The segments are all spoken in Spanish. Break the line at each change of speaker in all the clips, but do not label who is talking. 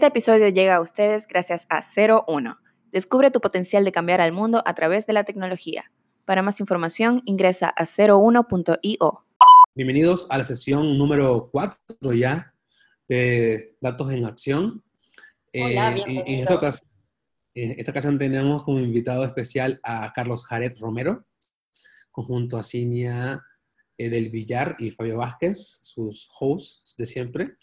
Este episodio llega a ustedes gracias a 01. Descubre tu potencial de cambiar al mundo a través de la tecnología. Para más información, ingresa a 01.io.
Bienvenidos a la sesión número 4 ya de Datos en Acción.
Hola,
Y
bienvenido.
en esta ocasión tenemos como invitado especial a Carlos Jared Romero, conjunto a Cinia del Villar y Fabio Vázquez, sus hosts de siempre.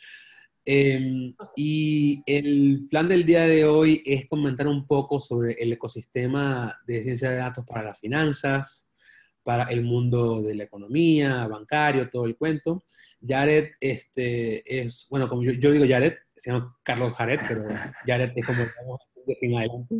Y el plan del día de hoy es comentar un poco sobre el ecosistema de ciencia de datos para las finanzas, para el mundo de la economía, bancario, todo el cuento. Jared es, bueno, como yo digo Jared, se llama Carlos Jared, pero Jared es como digamos en adelante.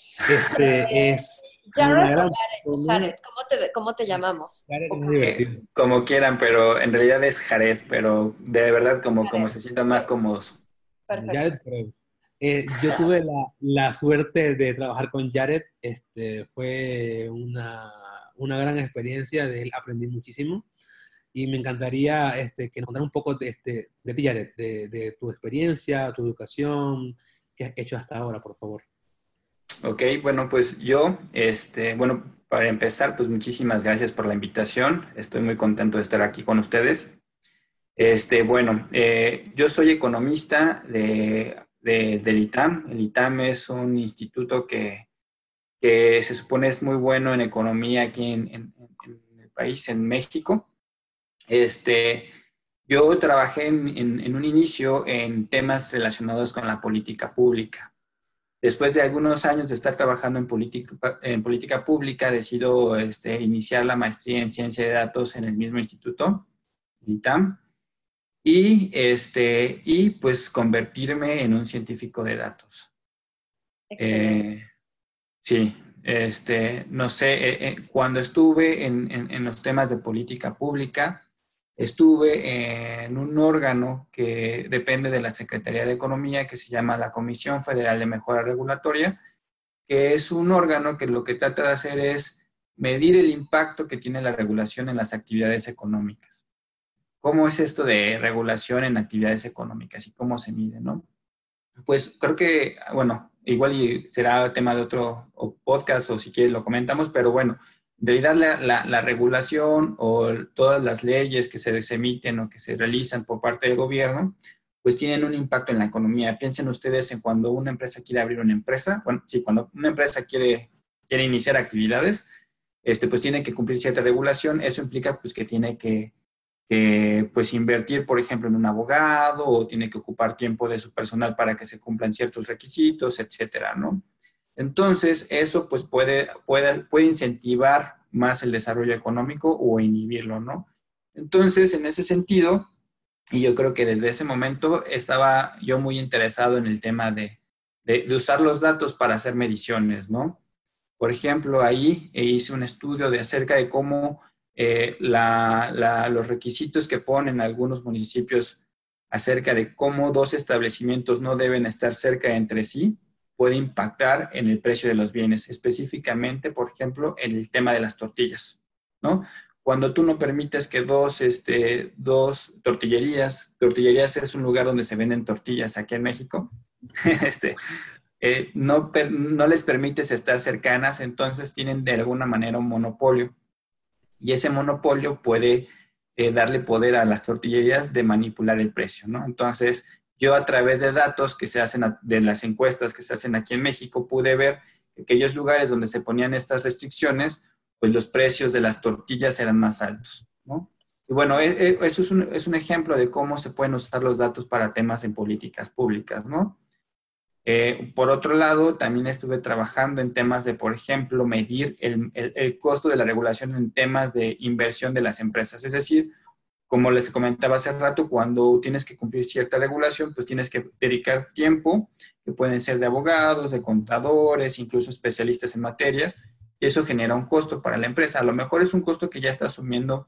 Es una
Jared o
gran
Jared,
persona.
¿cómo te llamamos?
Jared es
¿O
más
cómo?
divertido.
Como quieran, pero en realidad es Jared, pero de verdad como
Jared.
se sientan más
Ok,
cómodos.
Bueno,
perfecto.
Jared Freud. Yo tuve la suerte de trabajar con Jared. Fue una gran experiencia. De él aprendí muchísimo. Y me encantaría que nos contara un poco de ti, Jared, de tu experiencia, tu educación, qué has hecho hasta ahora, por favor.
Ok, bueno, pues bueno, para empezar, pues muchísimas gracias por la invitación. Estoy muy contento de estar aquí con ustedes. Yo soy economista del ITAM. El ITAM es un instituto que se supone es muy bueno en economía aquí en el país, en México. Yo trabajé en un inicio en temas relacionados con la política pública. Después de algunos años de estar trabajando en política pública, decido iniciar la maestría en ciencia de datos en el mismo instituto, el ITAM, y pues convertirme en un científico de datos.
Excelente.
Sí, no sé, cuando estuve en los temas de política pública, estuve en un órgano que depende de la Secretaría de Economía, que se llama la Comisión Federal de Mejora Regulatoria, que es un órgano que lo que trata de hacer es medir el impacto que tiene la regulación en las actividades económicas. ¿Cómo es esto de regulación en actividades económicas y cómo se mide, no? Pues creo que, bueno, igual y será tema de otro podcast o si quieres lo comentamos, pero bueno, en realidad la regulación o todas las leyes que se emiten o que se realizan por parte del gobierno, pues tienen un impacto en la economía. Piensen ustedes en cuando una empresa quiere abrir una empresa, bueno, sí, cuando una empresa quiere iniciar actividades, pues tiene que cumplir cierta regulación. Eso implica pues que tiene que pues invertir, por ejemplo, en un abogado o tiene que ocupar tiempo de su personal para que se cumplan ciertos requisitos, etcétera, ¿no? Entonces, eso pues puede incentivar más el desarrollo económico o inhibirlo, ¿no? Entonces, en ese sentido, y yo creo que desde ese momento estaba yo muy interesado en el tema de usar los datos para hacer mediciones, ¿no? Por ejemplo, ahí hice un estudio acerca de cómo los requisitos que ponen algunos municipios acerca de cómo dos establecimientos no deben estar cerca entre sí puede impactar en el precio de los bienes, específicamente, por ejemplo, en el tema de las tortillas, ¿no? Cuando tú no permites que dos tortillerías es un lugar donde se venden tortillas aquí en México, no les permites estar cercanas, entonces tienen de alguna manera un monopolio. Y ese monopolio puede darle poder a las tortillerías de manipular el precio, ¿no? Entonces, yo a través de datos que se hacen, de las encuestas que se hacen aquí en México, pude ver que aquellos lugares donde se ponían estas restricciones, pues los precios de las tortillas eran más altos, ¿no? Y bueno, eso es un ejemplo de cómo se pueden usar los datos para temas en políticas públicas, ¿no? Por otro lado, también estuve trabajando en temas de, por ejemplo, medir el costo de la regulación en temas de inversión de las empresas. Es decir, como les comentaba hace rato, cuando tienes que cumplir cierta regulación, pues tienes que dedicar tiempo, que pueden ser de abogados, de contadores, incluso especialistas en materias, y eso genera un costo para la empresa. A lo mejor es un costo que ya está asumiendo,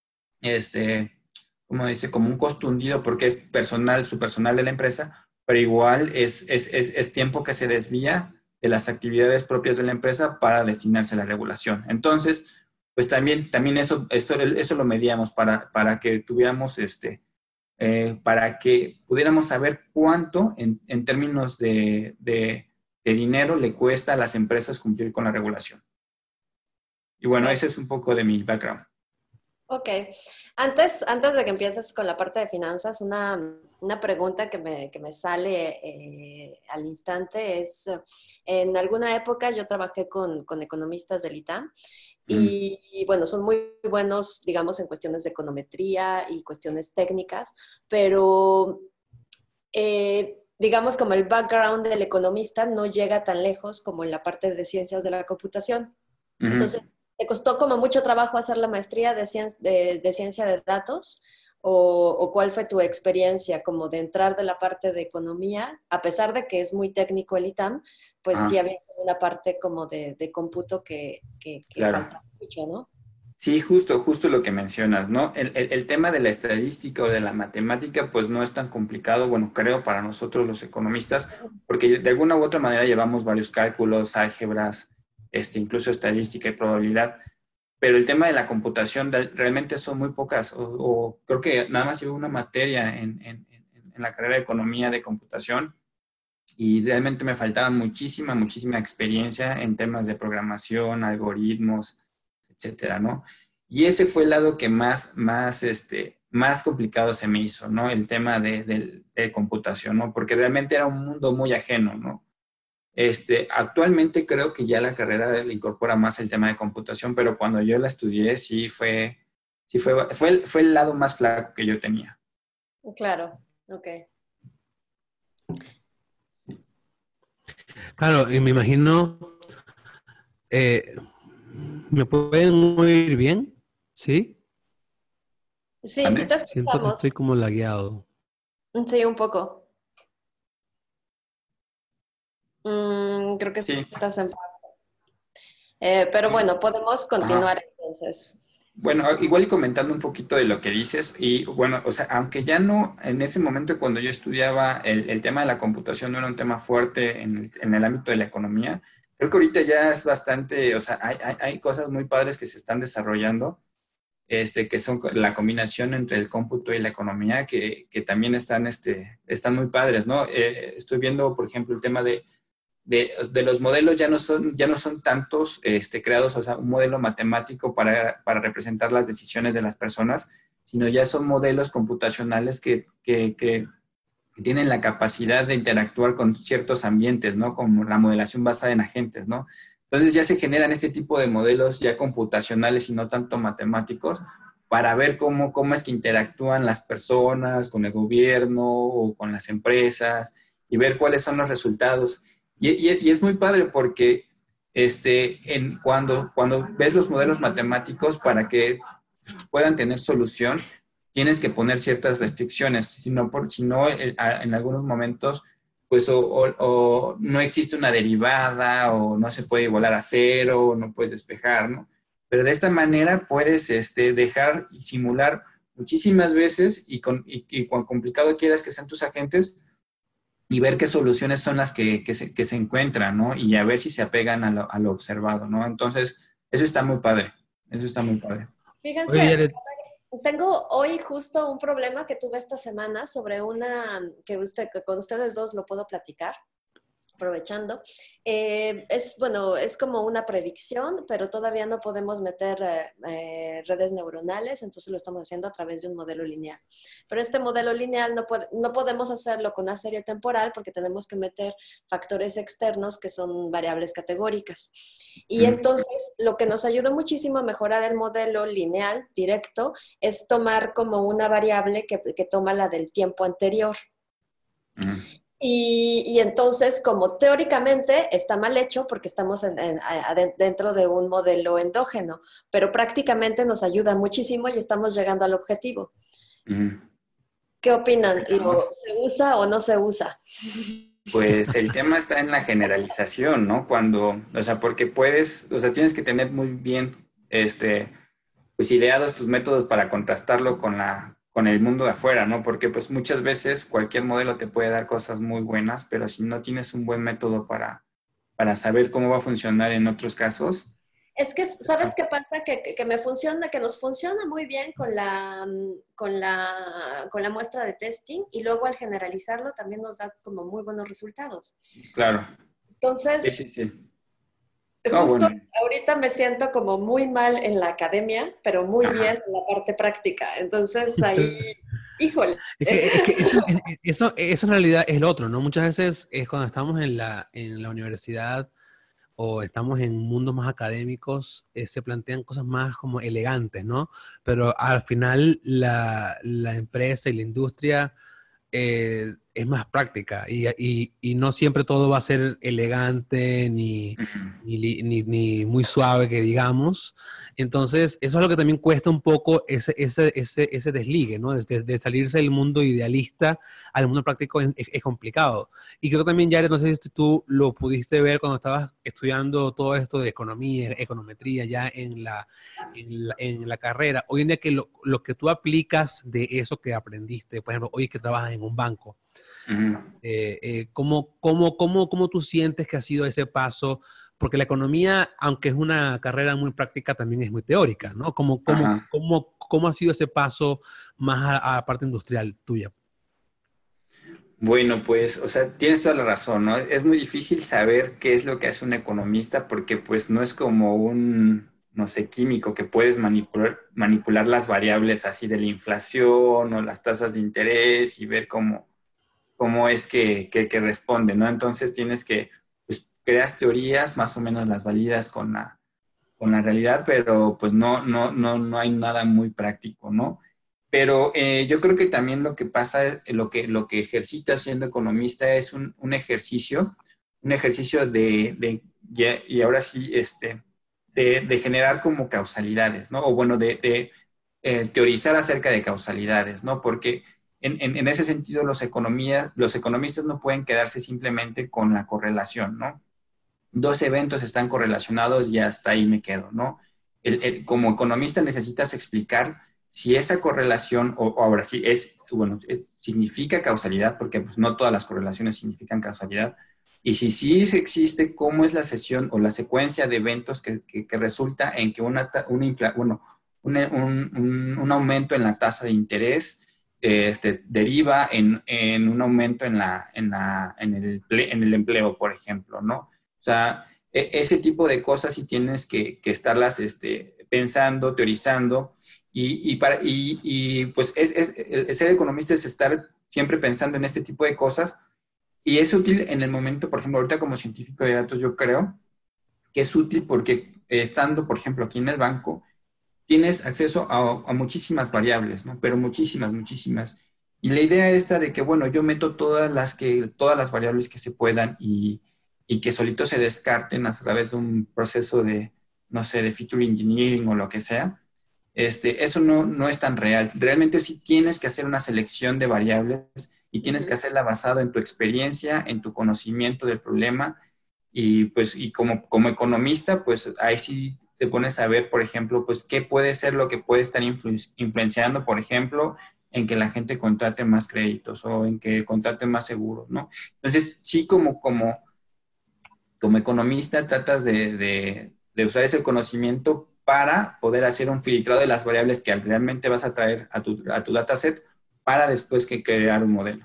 como dice, como un costo hundido porque es su personal de la empresa, pero igual es tiempo que se desvía de las actividades propias de la empresa para destinarse a la regulación. Entonces, pues también eso lo medíamos para que tuviéramos para que pudiéramos saber cuánto en términos de dinero le cuesta a las empresas cumplir con la regulación. Y bueno, ese es un poco de mi background.
Ok. Antes de que empieces con la parte de finanzas, una pregunta que me sale al instante es, en alguna época yo trabajé con economistas del ITAM y, bueno, son muy buenos, digamos, en cuestiones de econometría y cuestiones técnicas, pero digamos como el background del economista no llega tan lejos como en la parte de ciencias de la computación. Entonces, ¿te costó como mucho trabajo hacer la maestría de ciencia de datos? ¿O cuál fue tu experiencia como de entrar de la parte de economía? A pesar de que es muy técnico el ITAM, pues sí había una parte como de cómputo que
Claro.
falta mucho, ¿no?
Sí, justo lo que mencionas, ¿no? El tema de la estadística o de la matemática, pues no es tan complicado, bueno, creo para nosotros los economistas, porque de alguna u otra manera llevamos varios cálculos, álgebras, incluso estadística y probabilidad, pero el tema de la computación realmente son muy pocas, o creo que nada más llevo una materia en la carrera de economía de computación y realmente me faltaba muchísima experiencia en temas de programación, algoritmos, etcétera, ¿no? Y ese fue el lado que más complicado se me hizo, ¿no? El tema de computación, ¿no? Porque realmente era un mundo muy ajeno, ¿no? Actualmente creo que ya la carrera le incorpora más el tema de computación, pero cuando yo la estudié fue el lado más flaco que yo tenía.
Claro, ok.
Claro, y me imagino, ¿me pueden oír bien? ¿Sí?
Sí, sí te
Siento que
escuchamos.
estoy como lagueado.
Sí, un poco. Creo que
Sí.
estás en... pero bueno, podemos continuar entonces.
Bueno, igual y comentando un poquito de lo que dices, y bueno, o sea, aunque ya no, en ese momento cuando yo estudiaba, el tema de la computación no era un tema fuerte en el ámbito de la economía, creo que ahorita ya es bastante, o sea, hay cosas muy padres que se están desarrollando, que son la combinación entre el cómputo y la economía, que también están muy padres, ¿no? Estoy viendo, por ejemplo, el tema de los modelos ya no son tantos creados, o sea, un modelo matemático para representar las decisiones de las personas, sino ya son modelos computacionales que tienen la capacidad de interactuar con ciertos ambientes, ¿no? Como la modelación basada en agentes, ¿no? Entonces ya se generan este tipo de modelos ya computacionales y no tanto matemáticos para ver cómo es que interactúan las personas con el gobierno o con las empresas y ver cuáles son los resultados. Y es muy padre porque cuando ves los modelos matemáticos para que puedan tener solución, tienes que poner ciertas restricciones, si no, en algunos momentos, pues o no existe una derivada, o no se puede igualar a cero, o no puedes despejar, ¿no? Pero de esta manera puedes dejar y simular muchísimas veces y cuán complicado quieras que sean tus agentes y ver qué soluciones son las que se encuentran, ¿no? Y a ver si se apegan a lo observado, ¿no? Entonces, eso está muy padre. Eso está muy padre.
Fíjense,
Oye, Jared,
tengo hoy justo un problema que tuve esta semana sobre que con ustedes dos lo puedo platicar, aprovechando. Bueno, es como una predicción, pero todavía no podemos meter redes neuronales, entonces lo estamos haciendo a través de un modelo lineal. Pero este modelo lineal no podemos hacerlo con una serie temporal porque tenemos que meter factores externos que son variables categóricas. Y entonces lo que nos ayudó muchísimo a mejorar el modelo lineal directo es tomar como una variable que toma la del tiempo anterior. Y entonces, como teóricamente está mal hecho porque estamos dentro de un modelo endógeno, pero prácticamente nos ayuda muchísimo y estamos llegando al objetivo. ¿Qué opinan? ¿Se usa o no se usa?
Pues el tema está en la generalización, ¿no? O sea, porque tienes que tener muy bien, pues ideados tus métodos para contrastarlo con el mundo de afuera, ¿no? Porque pues muchas veces cualquier modelo te puede dar cosas muy buenas, pero si no tienes un buen método para saber cómo va a funcionar en otros casos,
Es que, ¿sabes qué pasa? Que me funciona, que nos funciona muy bien con la muestra de testing y luego al generalizarlo también nos da como muy buenos resultados.
Claro. Sí, sí,
Entonces,
sí. No,
justo
bueno.
ahorita me siento como muy mal en la academia, pero muy bien
Ajá.
en la parte práctica. Entonces ahí, híjole.
Es que eso en realidad es lo otro, ¿no? Muchas veces es cuando estamos en la universidad o estamos en mundos más académicos, se plantean cosas más como elegantes, ¿no? Pero al final la empresa y la industria es más práctica y no siempre todo va a ser elegante
Ujú.
ni muy suave, que digamos. Entonces, eso es lo que también cuesta un poco ese desligue, ¿no? De salirse del mundo idealista al mundo práctico es complicado. Y creo también, Jared, no sé si tú lo pudiste ver cuando estabas estudiando todo esto de economía, econometría, ya en la carrera. Hoy en día que lo que tú aplicas de eso que aprendiste, por ejemplo, hoy que trabajas en un banco,
Ujú.
¿cómo tú sientes que ha sido ese paso? Porque la economía, aunque es una carrera muy práctica, también es muy teórica, ¿no?
Ajá.
¿Cómo ha sido ese paso más a la parte industrial tuya?
Bueno, pues, o sea, tienes toda la razón, ¿no? Es muy difícil saber qué es lo que hace un economista porque pues no es como un, no sé, químico que puedes manipular las variables así de la inflación o las tasas de interés y ver cómo es que responde, ¿no? Entonces tienes que, pues, creas teorías, más o menos las validas con la realidad, pero pues no hay nada muy práctico, ¿no? Pero yo creo que también lo que pasa, lo que ejercita siendo economista es un ejercicio y ahora sí, de generar como causalidades, ¿no? O bueno, de teorizar acerca de causalidades, ¿no? Porque en ese sentido los economistas no pueden quedarse simplemente con la correlación, ¿no? Dos eventos están correlacionados y hasta ahí me quedo, ¿no? Como economista necesitas explicar si esa correlación, o ahora sí, significa causalidad, porque pues no todas las correlaciones significan causalidad, y si sí existe, cómo es la sesión o la secuencia de eventos que resulta en que un aumento en la tasa de interés deriva en un aumento en el empleo, por ejemplo, ¿no? O sea, ese tipo de cosas sí tienes que estarlas pensando, teorizando, pues el ser economista es estar siempre pensando en este tipo de cosas y es útil en el momento, por ejemplo, ahorita como científico de datos yo creo que es útil porque estando, por ejemplo, aquí en el banco, tienes acceso a muchísimas variables, ¿no? Pero muchísimas, muchísimas. Y la idea esta de que, bueno, yo meto todas las variables que se puedan y que solito se descarten a través de un proceso de, no sé, de feature engineering o lo que sea, eso no es tan real. Realmente sí tienes que hacer una selección de variables y tienes que hacerla basado en tu experiencia, en tu conocimiento del problema y pues y como economista, pues ahí sí te pones a ver, por ejemplo, pues qué puede ser lo que puede estar influenciando, por ejemplo, en que la gente contrate más créditos o en que contrate más seguros, ¿no? Entonces, sí, como economista tratas de usar ese conocimiento para poder hacer un filtrado de las variables que realmente vas a traer a tu dataset para después que crear un modelo.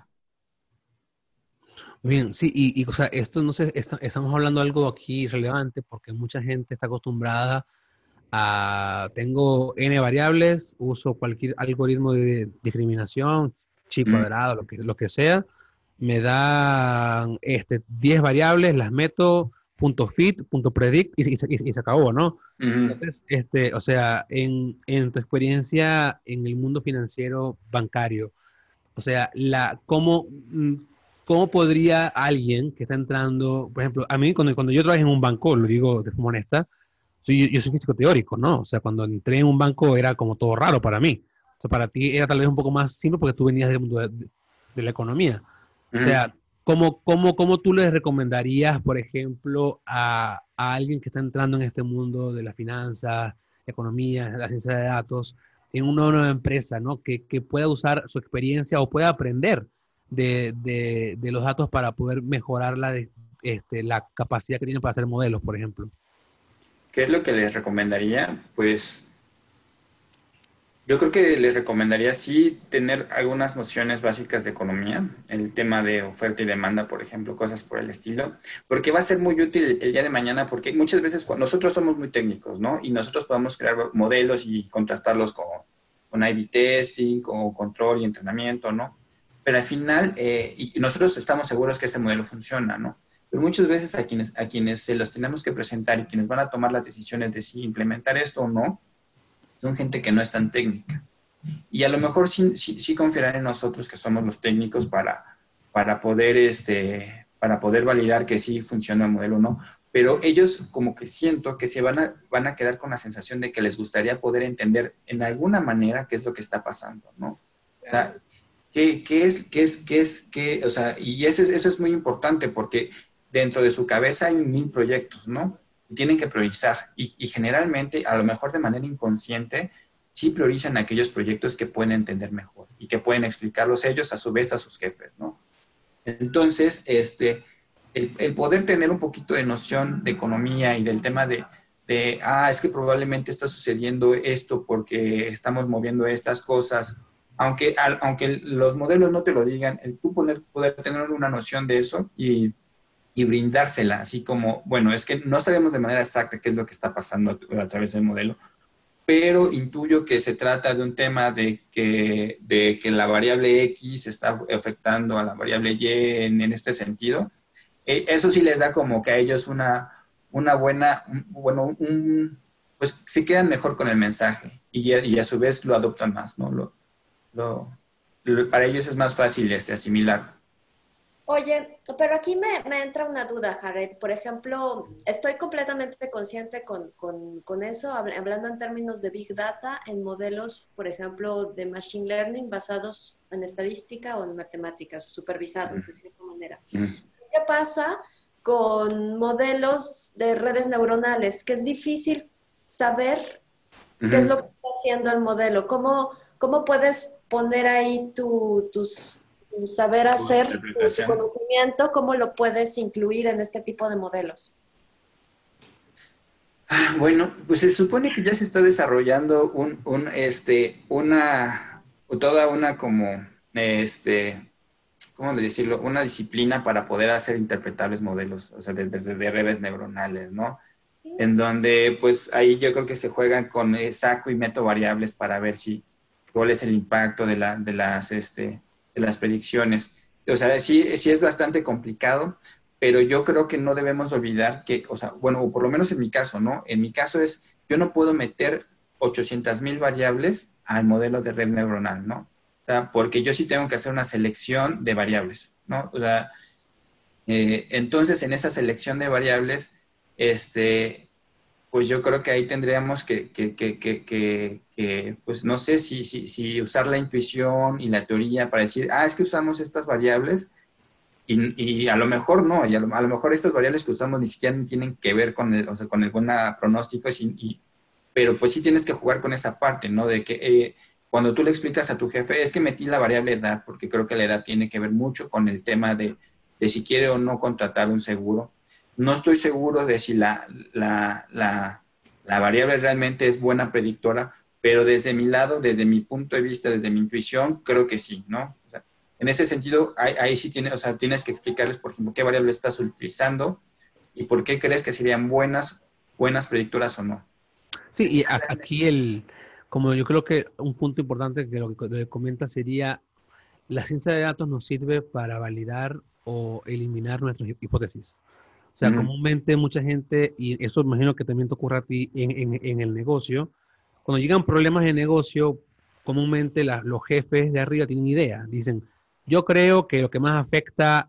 Muy bien, sí, o sea, esto no sé, estamos hablando de algo aquí relevante porque mucha gente está acostumbrada tengo N variables, uso cualquier algoritmo de discriminación, chi
Mm,
cuadrado, lo que sea, me dan 10 variables, las meto, punto fit, punto predict y se acabó, ¿no?
ujú.
Entonces, o sea, en tu experiencia en el mundo financiero bancario, o sea, ¿cómo podría alguien que está entrando, por ejemplo, a mí cuando yo trabajé en un banco, lo digo de forma honesta, yo soy físico teórico, ¿no? O sea, cuando entré en un banco era como todo raro para mí. O sea, para ti era tal vez un poco más simple porque tú venías del mundo de la economía. O
Ujú.
sea, ¿cómo tú les recomendarías, por ejemplo, a alguien que está entrando en este mundo de las finanzas, economía, la ciencia de datos, en una nueva empresa, ¿no? Que pueda usar su experiencia o pueda aprender de los datos para poder mejorar la capacidad que tienen para hacer modelos, por ejemplo.
¿Qué es lo que les recomendaría? Pues yo creo que les recomendaría sí tener algunas nociones básicas de economía, el tema de oferta y demanda, por ejemplo, cosas por el estilo, porque va a ser muy útil el día de mañana, porque muchas veces nosotros somos muy técnicos, ¿no? Y nosotros podemos crear modelos y contrastarlos con A/B testing, con control y entrenamiento, ¿no? Pero al final, y nosotros estamos seguros que este modelo funciona, ¿no? Pero muchas veces a quienes se los tenemos que presentar y quienes van a tomar las decisiones de si implementar esto o no, son gente que no es tan técnica. Y a lo mejor sí confiarán en nosotros que somos los técnicos para poder validar que sí funciona el modelo o no. Pero ellos como que siento que se van a quedar con la sensación de que les gustaría poder entender en alguna manera qué es lo que está pasando, ¿no? O sea, o sea, y eso es muy importante porque dentro de su cabeza hay 1000 proyectos, ¿no? Tienen que priorizar y generalmente, a lo mejor de manera inconsciente, sí priorizan aquellos proyectos que pueden entender mejor y que pueden explicarlos ellos a su vez a sus jefes, ¿no? Entonces, el poder tener un poquito de noción de economía y del tema es que probablemente está sucediendo esto porque estamos moviendo estas cosas, aunque los modelos no te lo digan, el tú poder tener una noción de eso y brindársela, así como, bueno, es que no sabemos de manera exacta qué es lo que está pasando a través del modelo, pero intuyo que se trata de un tema de que la variable X está afectando a la variable Y en este sentido. Eso sí les da como que a ellos una buena, pues se quedan mejor con el mensaje y a su vez lo adoptan más, ¿no? Para ellos es más fácil asimilar.
Oye, pero aquí me entra una duda, Jared. Por ejemplo, estoy completamente consciente con eso, hablando en términos de Big Data, en modelos, por ejemplo, de Machine Learning basados en estadística o en matemáticas, supervisados de cierta manera. ¿Qué pasa con modelos de redes neuronales? Que es difícil saber qué es lo que está haciendo el modelo. ¿Cómo puedes poner ahí tu saber hacer, tu conocimiento, cómo lo puedes incluir en este tipo de modelos?
Bueno, pues se supone que ya se está desarrollando toda una como, ¿cómo decirlo? Una disciplina para poder hacer interpretables modelos, o sea, de redes neuronales, ¿no? En donde, pues, ahí yo creo que se juegan con saco y meto variables para ver cuál es el impacto de las predicciones. O sea, sí es bastante complicado, pero yo creo que no debemos olvidar que, o sea, bueno, o por lo menos en mi caso, ¿no? En mi caso yo no puedo meter 800,000 variables al modelo de red neuronal, ¿no? O sea, porque yo sí tengo que hacer una selección de variables, ¿no? O sea, entonces en esa selección de variables, pues yo creo que ahí tendríamos pues no sé si usar la intuición y la teoría para decir, es que usamos estas variables y a lo mejor no, y a lo mejor estas variables que usamos ni siquiera tienen que ver con con el buen pronóstico, pero pues sí tienes que jugar con esa parte, ¿no? De que cuando tú le explicas a tu jefe, es que metí la variable edad, porque creo que la edad tiene que ver mucho con el tema de si quiere o no contratar un seguro. No estoy seguro de si la variable realmente es buena predictora, pero desde mi lado, desde mi punto de vista, desde mi intuición, creo que sí, ¿no? O sea, en ese sentido, ahí sí tienes que explicarles, por ejemplo, qué variable estás utilizando y por qué crees que serían buenas predictoras o no.
Sí, y aquí como yo creo que un punto importante que lo que comenta sería, la ciencia de datos nos sirve para validar o eliminar nuestras hipótesis. O sea, comúnmente mucha gente, y eso imagino que también te ocurre a ti en el negocio, cuando llegan problemas de negocio, comúnmente los jefes de arriba tienen idea. Dicen, yo creo que lo que más afecta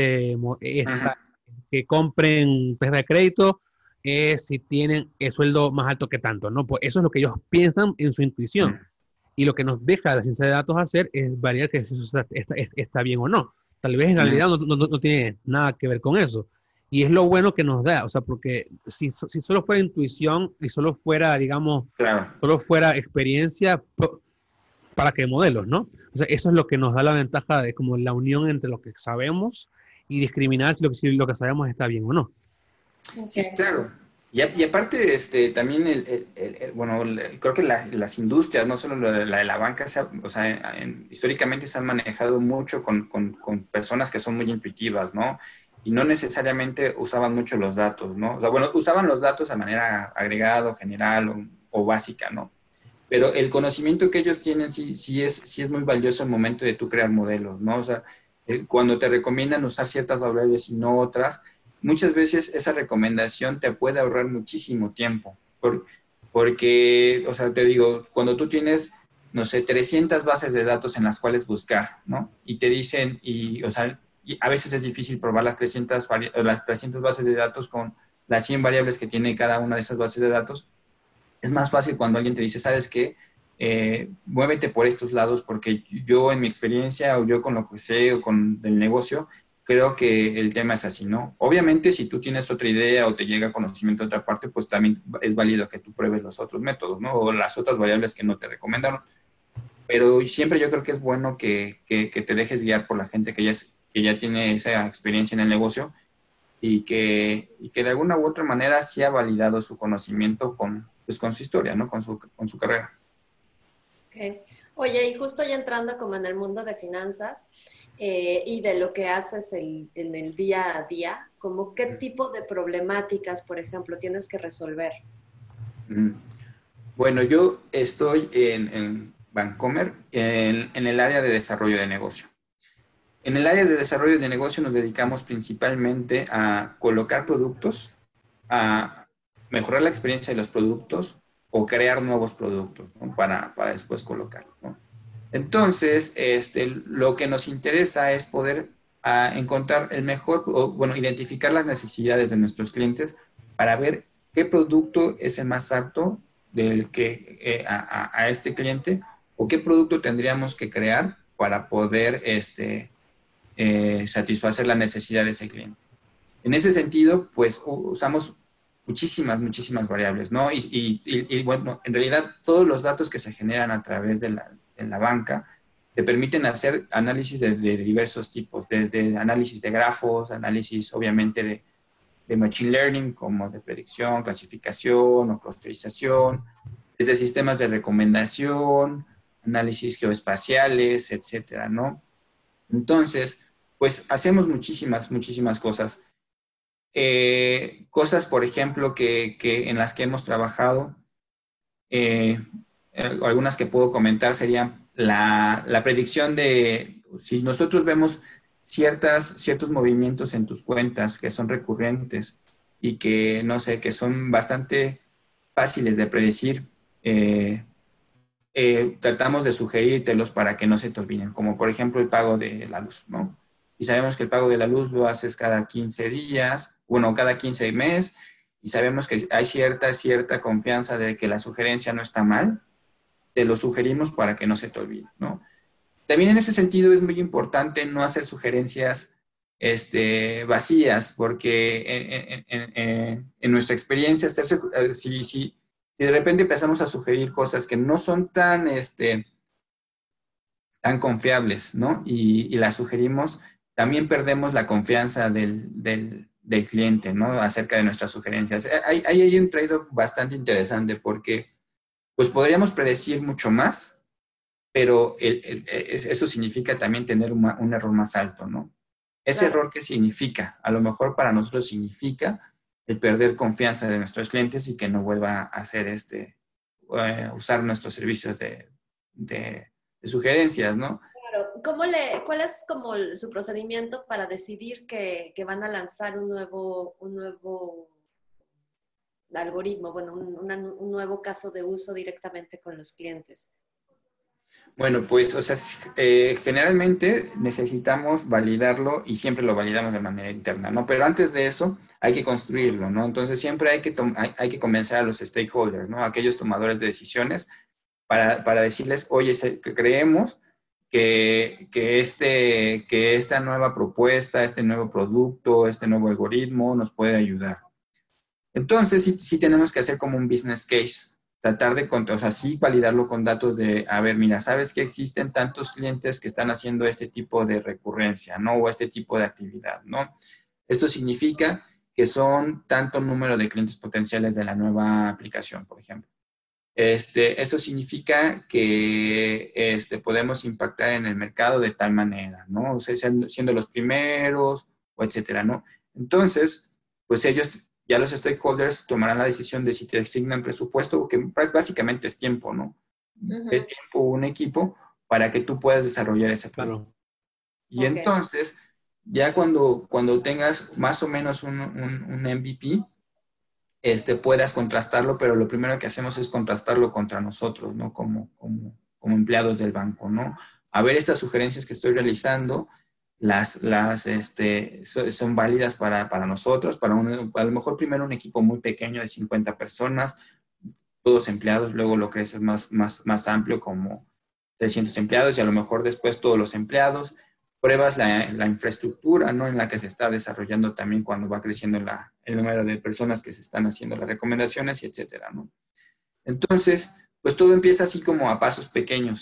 que compren tarjeta de crédito es si tienen el sueldo más alto que tanto, ¿no? Pues eso es lo que ellos piensan en su intuición. Y lo que nos deja la ciencia de datos hacer es variar que si eso está bien o no. Tal vez en realidad no tiene nada que ver con eso. Y es lo bueno que nos da, o sea, porque si solo fuera intuición y solo fuera, digamos, solo fuera experiencia, ¿para qué modelos, no? O sea, eso es lo que nos da la ventaja de como la unión entre lo que sabemos y discriminar si lo que sabemos está bien o no.
Sí, claro. Y aparte, también, bueno, creo que las industrias, no solo la de la banca, o sea, históricamente se han manejado mucho con personas que son muy intuitivas, ¿no? Y no necesariamente usaban mucho los datos, ¿no? O sea, bueno, usaban los datos de manera agregado, general o básica, ¿no? Pero el conocimiento que ellos tienen sí es muy valioso al momento de tú crear modelos, ¿no? O sea, cuando te recomiendan usar ciertas variables y no otras, muchas veces esa recomendación te puede ahorrar muchísimo tiempo. Porque, o sea, te digo, cuando tú tienes, no sé, 300 bases de datos en las cuales buscar, ¿no? Y te dicen, o sea, y a veces es difícil probar las 300 bases de datos con las 100 variables que tiene cada una de esas bases de datos. Es más fácil cuando alguien te dice, ¿sabes qué? Muévete por estos lados porque yo en mi experiencia o yo con lo que sé o con el negocio, creo que el tema es así, ¿no? Obviamente, si tú tienes otra idea o te llega conocimiento de otra parte, pues también es válido que tú pruebes los otros métodos, ¿no? O las otras variables que no te recomendaron. Pero siempre yo creo que es bueno que te dejes guiar por la gente que ya tiene esa experiencia en el negocio y que de alguna u otra manera sí ha validado su conocimiento pues con su historia, ¿no? Con su carrera.
Okay. Oye, y justo ya entrando como en el mundo de finanzas y de lo que haces en el día a día, como qué tipo de problemáticas, por ejemplo, tienes que resolver.
Bueno, yo estoy en Bancomer, en el área de desarrollo de negocio. En el área de desarrollo de negocio nos dedicamos principalmente a colocar productos, a mejorar la experiencia de los productos o crear nuevos productos, ¿no? para después colocarlos, ¿no? Entonces, lo que nos interesa es poder encontrar el mejor, o, bueno, identificar las necesidades de nuestros clientes para ver qué producto es el más apto a este cliente o qué producto tendríamos que crear para poder satisfacer la necesidad de ese cliente. En ese sentido, pues usamos muchísimas variables, ¿no? Y bueno, en realidad todos los datos que se generan a través de la banca te permiten hacer análisis de diversos tipos, desde análisis de grafos, análisis obviamente de machine learning, como de predicción, clasificación o clusterización, desde sistemas de recomendación, análisis geoespaciales, etcétera, ¿no? Entonces, pues hacemos muchísimas cosas. Cosas, por ejemplo, que en las que hemos trabajado, algunas que puedo comentar serían la predicción de si nosotros vemos ciertos movimientos en tus cuentas que son recurrentes y que, no sé, que son bastante fáciles de predecir, tratamos de sugerírtelos para que no se te olviden, como por ejemplo el pago de la luz, ¿no? Y sabemos que el pago de la luz lo haces cada 15 días, bueno, cada 15 meses, y sabemos que hay cierta confianza de que la sugerencia no está mal, te lo sugerimos para que no se te olvide, ¿no? También en ese sentido es muy importante no hacer sugerencias vacías, porque en nuestra experiencia, si de repente empezamos a sugerir cosas que no son tan confiables, ¿no? Y las sugerimos, también perdemos la confianza del cliente, ¿no? Acerca de nuestras sugerencias. Hay un trade-off bastante interesante porque pues podríamos predecir mucho más, pero eso significa también tener un error más alto, ¿no? ¿Ese error qué significa? A lo mejor para nosotros significa el perder confianza de nuestros clientes y que no vuelva a hacer usar nuestros servicios de sugerencias, ¿no?
Claro. ¿Cuál es como su procedimiento para decidir que van a lanzar un nuevo algoritmo, bueno, un nuevo caso de uso directamente con los clientes?
Bueno, pues, o sea, generalmente necesitamos validarlo y siempre lo validamos de manera interna, ¿no? Pero antes de eso hay que construirlo, ¿no? Entonces siempre hay que convencer a los stakeholders, ¿no? A aquellos tomadores de decisiones para decirles, oye, creemos que esta nueva propuesta, este nuevo producto, este nuevo algoritmo nos puede ayudar. Entonces sí tenemos que hacer como un business case. Tratar de, o sea, sí validarlo con datos de, a ver, mira, sabes que existen tantos clientes que están haciendo este tipo de recurrencia, ¿no? O este tipo de actividad, ¿no? Esto significa que son tanto número de clientes potenciales de la nueva aplicación, por ejemplo. Eso significa que podemos impactar en el mercado de tal manera, ¿no? O sea, siendo los primeros, o etcétera, ¿no? Entonces, pues ellos, ya los stakeholders tomarán la decisión de si te asignan presupuesto, que básicamente es tiempo, ¿no? De tiempo, un equipo, para que tú puedas desarrollar ese producto.
Claro.
Y entonces, ya cuando tengas más o menos un MVP, puedas contrastarlo, pero lo primero que hacemos es contrastarlo contra nosotros, ¿no? Como empleados del banco, ¿no? A ver, estas sugerencias que estoy realizando, son válidas para nosotros, a lo mejor primero un equipo muy pequeño de 50 personas, todos empleados, luego lo creces más amplio como 300 empleados y a lo mejor después todos los empleados. Pruebas la infraestructura, ¿no? En la que se está desarrollando también cuando va creciendo el número de personas que se están haciendo las recomendaciones y etcétera, ¿no? Entonces, pues todo empieza así como a pasos pequeños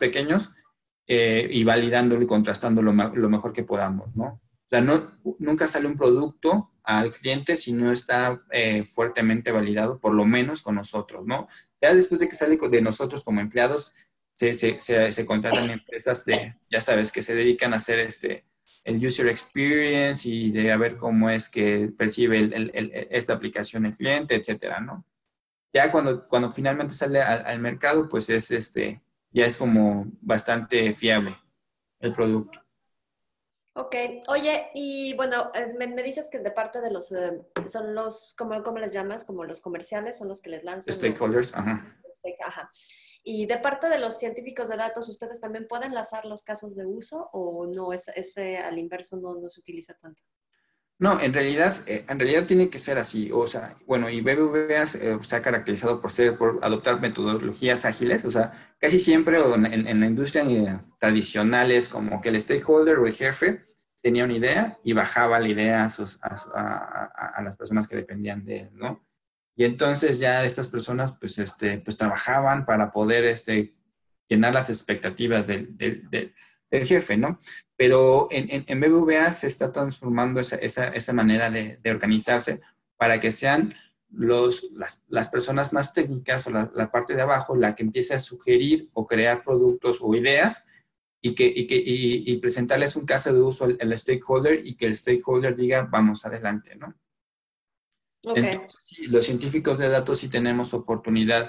y validándolo y contrastando lo mejor que podamos, ¿no? O sea, nunca sale un producto al cliente si no está fuertemente validado, por lo menos con nosotros, ¿no? Ya después de que sale de nosotros como empleados, se contratan empresas ya sabes, que se dedican a hacer el user experience y de a ver cómo es que percibe esta aplicación el cliente, etcétera, ¿no? Ya cuando finalmente sale al mercado, pues ya es como bastante fiable el producto.
Ok, oye, y bueno, me dices que de parte de son los, ¿cómo les llamas? Como los comerciales, son los que les lanzan.
Stakeholders, ajá.
Ajá. Y de parte de los científicos de datos, ¿ustedes también pueden lanzar los casos de uso o no, ese al inverso no se utiliza tanto?
No, en realidad tiene que ser así. O sea, bueno, y BBVA se ha caracterizado por adoptar metodologías ágiles. O sea, casi siempre en la industria tradicional es como que el stakeholder o el jefe tenía una idea y bajaba la idea a las personas que dependían de él, ¿no? Y entonces ya estas personas pues trabajaban para poder llenar las expectativas del jefe, ¿no? Pero en BBVA se está transformando esa manera de organizarse para que sean las personas más técnicas o la parte de abajo la que empiece a sugerir o crear productos o ideas y presentarles un caso de uso al stakeholder y que el stakeholder diga, vamos adelante, ¿no?
Okay.
Entonces, sí, los científicos de datos sí tenemos oportunidad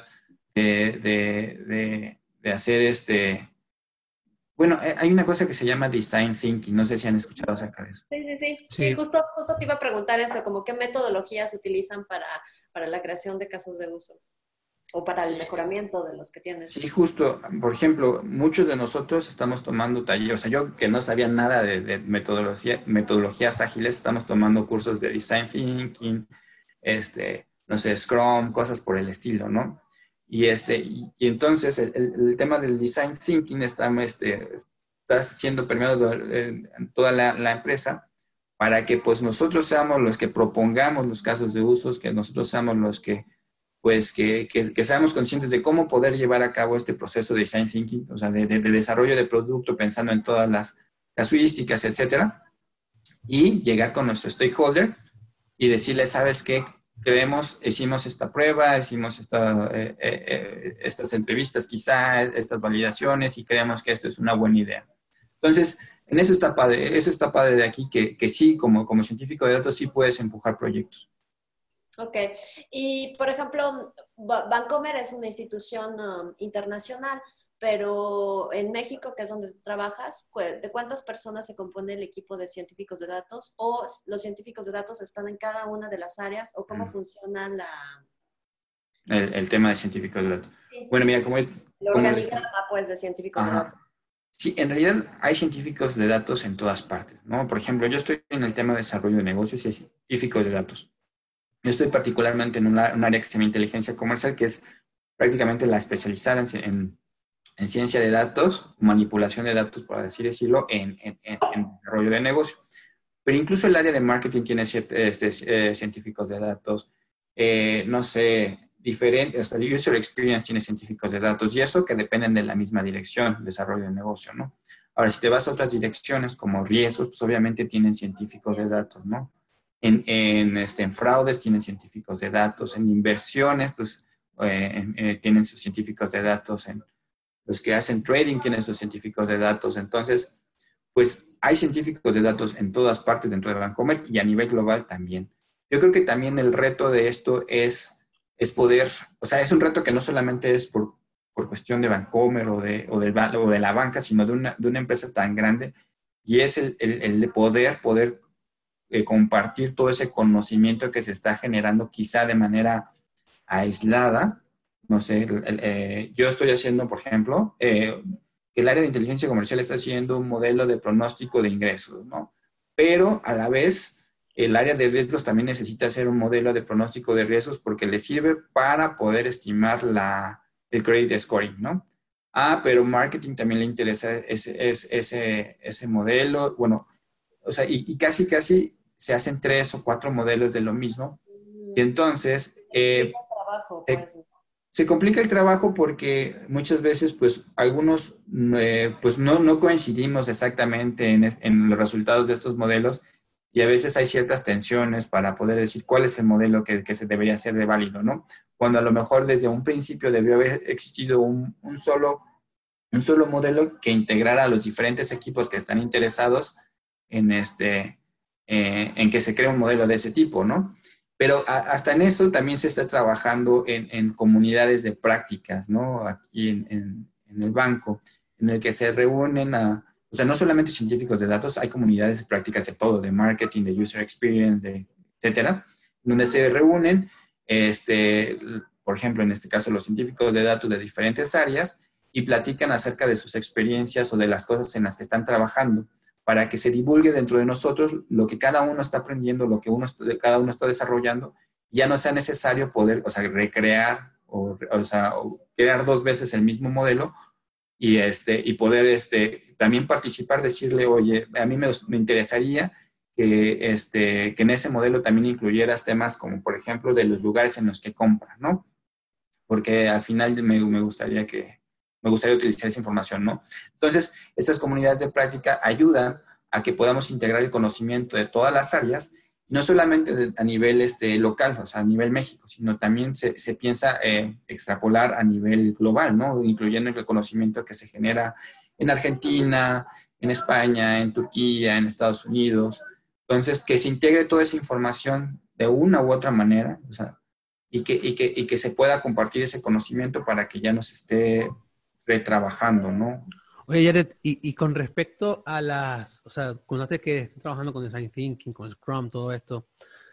de hacer Bueno, hay una cosa que se llama design thinking, no sé si han escuchado acerca de eso.
Sí, justo te iba a preguntar eso, como qué metodologías utilizan para la creación de casos de uso o para el mejoramiento de los que tienes.
Sí, justo, por ejemplo, muchos de nosotros estamos tomando talleres, o sea, yo que no sabía nada de metodologías ágiles, estamos tomando cursos de design thinking, no sé, Scrum, cosas por el estilo, ¿no? Y entonces el tema del design thinking está siendo permeado en toda la empresa para que pues nosotros seamos los que propongamos los casos de usos, que nosotros seamos los que seamos conscientes de cómo poder llevar a cabo este proceso de design thinking, o sea, de desarrollo de producto pensando en todas las casuísticas, etcétera, y llegar con nuestro stakeholder y decirle, ¿sabes qué? Hicimos esta prueba, hicimos estas entrevistas quizá, estas validaciones y creemos que esto es una buena idea. Entonces, en eso está padre de aquí, que sí, como científico de datos, sí puedes empujar proyectos.
Ok, y por ejemplo, Bancomer es una institución internacional, pero en México, que es donde tú trabajas, ¿de cuántas personas se compone el equipo de científicos de datos? ¿O los científicos de datos están en cada una de las áreas? ¿O cómo funciona
el tema de científicos de datos?
Sí.
Bueno, mira,
el organigrama, pues, de científicos de datos.
Sí, en realidad hay científicos de datos en todas partes, ¿no? Por ejemplo, yo estoy en el tema de desarrollo de negocios y hay científicos de datos. Yo estoy particularmente en un área que se llama inteligencia comercial, que es prácticamente la especializada en ciencia de datos, manipulación de datos, por así decirlo, en desarrollo de negocio. Pero incluso el área de marketing tiene científicos de datos, no sé, diferentes, hasta el user experience tiene científicos de datos, y eso que dependen de la misma dirección, desarrollo de negocio, ¿no? Ahora, si te vas a otras direcciones como riesgos, pues obviamente tienen científicos de datos, ¿no? En fraudes tienen científicos de datos, en inversiones, pues tienen sus científicos de datos, en los que hacen trading tienen sus científicos de datos. Entonces, pues hay científicos de datos en todas partes dentro de Bancomer y a nivel global también. Yo creo que también el reto de esto es poder, o sea, es un reto que no solamente es por cuestión de Bancomer o de la banca, sino de una empresa tan grande, y es el de poder compartir todo ese conocimiento que se está generando quizá de manera aislada. No sé, yo estoy haciendo, por ejemplo, el área de inteligencia comercial está haciendo un modelo de pronóstico de ingresos, ¿no? Pero a la vez, el área de riesgos también necesita hacer un modelo de pronóstico de riesgos porque le sirve para poder estimar el credit scoring, ¿no? Pero marketing también le interesa ese modelo. Bueno, o sea, y casi se hacen 3 o 4 modelos de lo mismo. Y entonces, se complica el trabajo porque muchas veces, pues, algunos, pues, no coincidimos exactamente en los resultados de estos modelos, y a veces hay ciertas tensiones para poder decir cuál es el modelo que se debería hacer de válido, ¿no? Cuando a lo mejor desde un principio debió haber existido un solo modelo que integrara a los diferentes equipos que están interesados en que se cree un modelo de ese tipo, ¿no? Pero hasta en eso también se está trabajando en comunidades de prácticas, ¿no? Aquí en el banco, en el que se reúnen o sea, no solamente científicos de datos, hay comunidades de prácticas de todo, de marketing, de user experience, etcétera, donde se reúnen, por ejemplo, en este caso, los científicos de datos de diferentes áreas y platican acerca de sus experiencias o de las cosas en las que están trabajando, para que se divulgue dentro de nosotros lo que cada uno está aprendiendo, lo que cada uno está desarrollando, ya no sea necesario poder, o sea, recrear o crear 2 veces el mismo modelo y poder también participar, decirle, oye, a mí me interesaría que en ese modelo también incluyeras temas como, por ejemplo, de los lugares en los que compran, ¿no? Porque al final me gustaría utilizar esa información, ¿no? Entonces, estas comunidades de práctica ayudan a que podamos integrar el conocimiento de todas las áreas, no solamente a nivel local, o sea, a nivel México, sino también se piensa extrapolar a nivel global, ¿no? Incluyendo el conocimiento que se genera en Argentina, en España, en Turquía, en Estados Unidos. Entonces, que se integre toda esa información de una u otra manera, o sea, y que se pueda compartir ese conocimiento para que ya no se esté retrabajando, ¿no?
Oye, Jared, y con respecto a o sea, contaste que estás trabajando con Design Thinking, con Scrum, todo esto,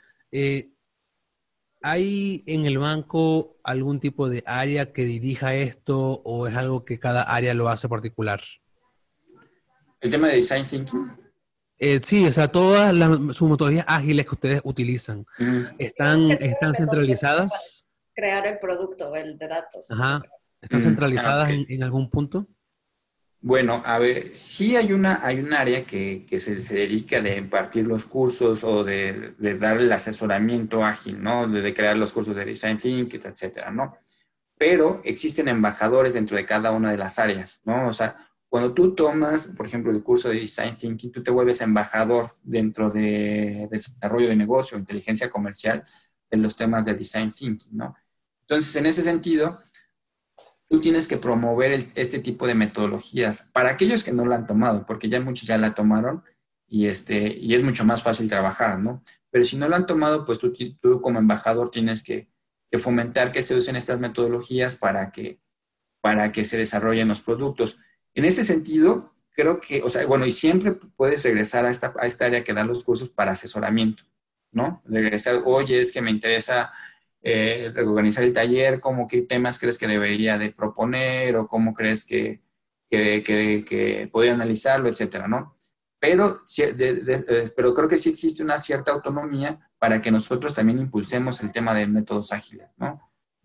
¿hay en el banco algún tipo de área que dirija esto o es algo que cada área lo hace particular?
El tema de Design Thinking.
Sí, o sea, todas sus metodologías ágiles que ustedes utilizan, ¿están centralizadas?
Crear el producto, el de datos.
Ajá. ¿Están centralizadas en algún punto?
Bueno, a ver, sí hay un área que se dedica de impartir los cursos o de dar el asesoramiento ágil, ¿no? De crear los cursos de Design Thinking, etcétera, ¿no? Pero existen embajadores dentro de cada una de las áreas, ¿no? O sea, cuando tú tomas, por ejemplo, el curso de Design Thinking, tú te vuelves embajador dentro de desarrollo de negocio, inteligencia comercial, en los temas de Design Thinking, ¿no? Entonces, en ese sentido, tú tienes que promover este tipo de metodologías para aquellos que no la han tomado, porque ya muchos ya la tomaron y es mucho más fácil trabajar, ¿no? Pero si no la han tomado, pues tú como embajador tienes que fomentar que se usen estas metodologías para que se desarrollen los productos. En ese sentido, creo que, o sea, bueno, y siempre puedes regresar a esta área que da los cursos para asesoramiento, ¿no? Regresar, oye, es que me interesa organizar el taller, qué temas crees que debería de proponer o cómo crees que podría analizarlo, etcétera, ¿no? Pero creo que sí existe una cierta autonomía para que nosotros también impulsemos el tema de métodos ágiles, ¿no?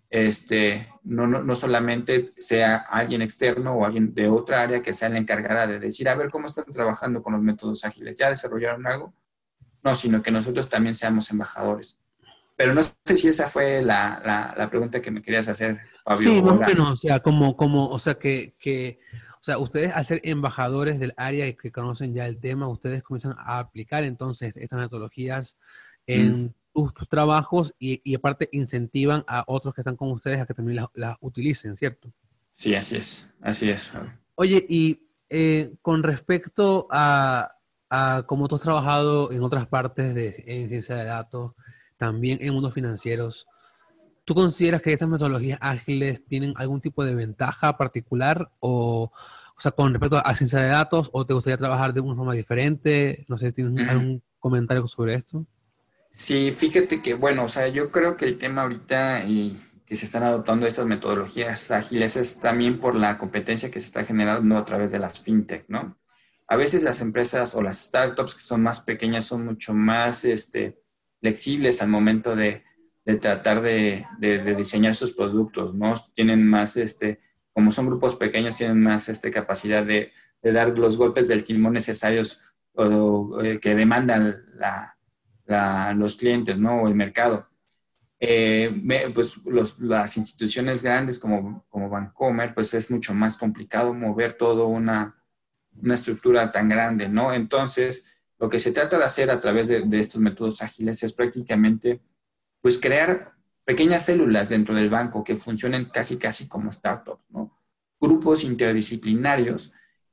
No solamente sea alguien externo o alguien de otra área que sea la encargada de decir, a ver, ¿cómo están trabajando con los métodos ágiles? ¿Ya desarrollaron algo? No, sino que nosotros también seamos embajadores. Pero no sé si esa fue la pregunta que me querías hacer, Fabio.
Sí, más o menos, o sea, o sea, ustedes al ser embajadores del área y que conocen ya el tema, ustedes comienzan a aplicar entonces estas metodologías en tus trabajos y aparte incentivan a otros que están con ustedes a que también las utilicen, ¿cierto?
Sí, así es.
Oye, y con respecto a cómo tú has trabajado en otras partes en ciencia de datos, también en mundos financieros, ¿tú consideras que estas metodologías ágiles tienen algún tipo de ventaja particular o sea, con respecto a ciencia de datos o te gustaría trabajar de una forma diferente? No sé si tienes
Ujú.
algún comentario sobre esto.
Sí, fíjate que, bueno, o sea, yo creo que el tema ahorita y que se están adoptando estas metodologías ágiles es también por la competencia que se está generando a través de las fintech, ¿no? A veces las empresas o las startups que son más pequeñas son mucho más flexibles al momento de tratar de diseñar sus productos, ¿no? Tienen más, como son grupos pequeños, tienen más capacidad de dar los golpes del timón necesarios que demandan los clientes, ¿no? O el mercado. Pues las instituciones grandes como Bancomer, pues es mucho más complicado mover toda una estructura tan grande, ¿no? Entonces, lo que se trata de hacer a través de estos métodos ágiles es prácticamente, pues, crear pequeñas células dentro del banco que funcionen casi como startups, ¿no? Grupos interdisciplinarios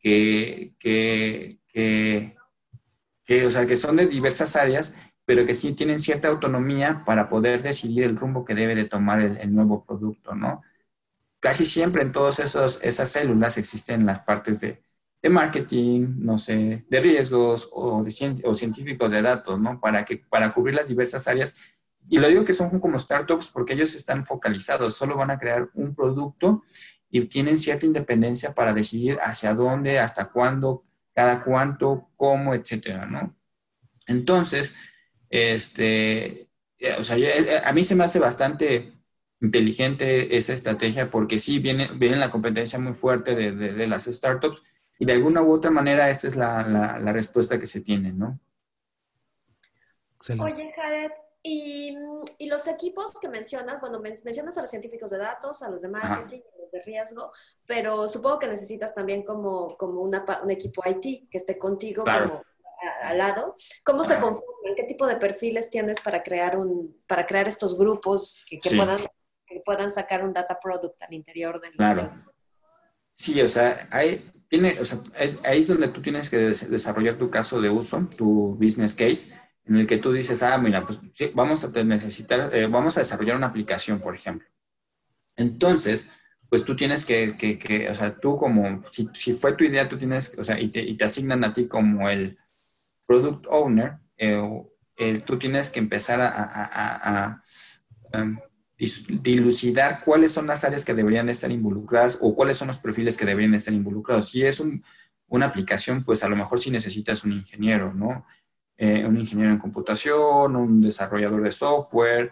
o sea, que son de diversas áreas, pero que sí tienen cierta autonomía para poder decidir el rumbo que debe de tomar el nuevo producto, ¿no? Casi siempre en todas esas células existen las partes de marketing, no sé, de riesgos o científicos de datos, ¿no? Para cubrir las diversas áreas. Y lo digo que son como startups porque ellos están focalizados, solo van a crear un producto y tienen cierta independencia para decidir hacia dónde, hasta cuándo, cada cuánto, cómo, etcétera, ¿no? Entonces, o sea, a mí se me hace bastante inteligente esa estrategia porque sí viene la competencia muy fuerte de las startups y de alguna u otra manera esta es la respuesta que se tiene, ¿no?
Excelente.
Oye, Jared, y los equipos que mencionas, bueno, mencionas a los científicos de datos, a los de
Ajá,
marketing, a los de riesgo, pero supongo que necesitas también como un equipo IT que esté contigo
claro.
como al lado. ¿Cómo se
Ajá,
conforman? ¿Qué tipo de perfiles tienes para crear estos grupos
sí,
que puedan sacar un data product al interior del...
claro. Sí, o sea, o sea, ahí es donde tú tienes que desarrollar tu caso de uso, tu business case, en el que tú dices, mira, pues sí, vamos a desarrollar una aplicación, por ejemplo. Entonces, pues tú tienes o sea, tú como, si fue tu idea, tú tienes, o sea, y te asignan a ti como el product owner, tú tienes que empezar um, dilucidar cuáles son las áreas que deberían estar involucradas o cuáles son los perfiles que deberían estar involucrados. Si es una aplicación, pues a lo mejor sí necesitas un ingeniero, ¿no? Un ingeniero en computación, un desarrollador de software,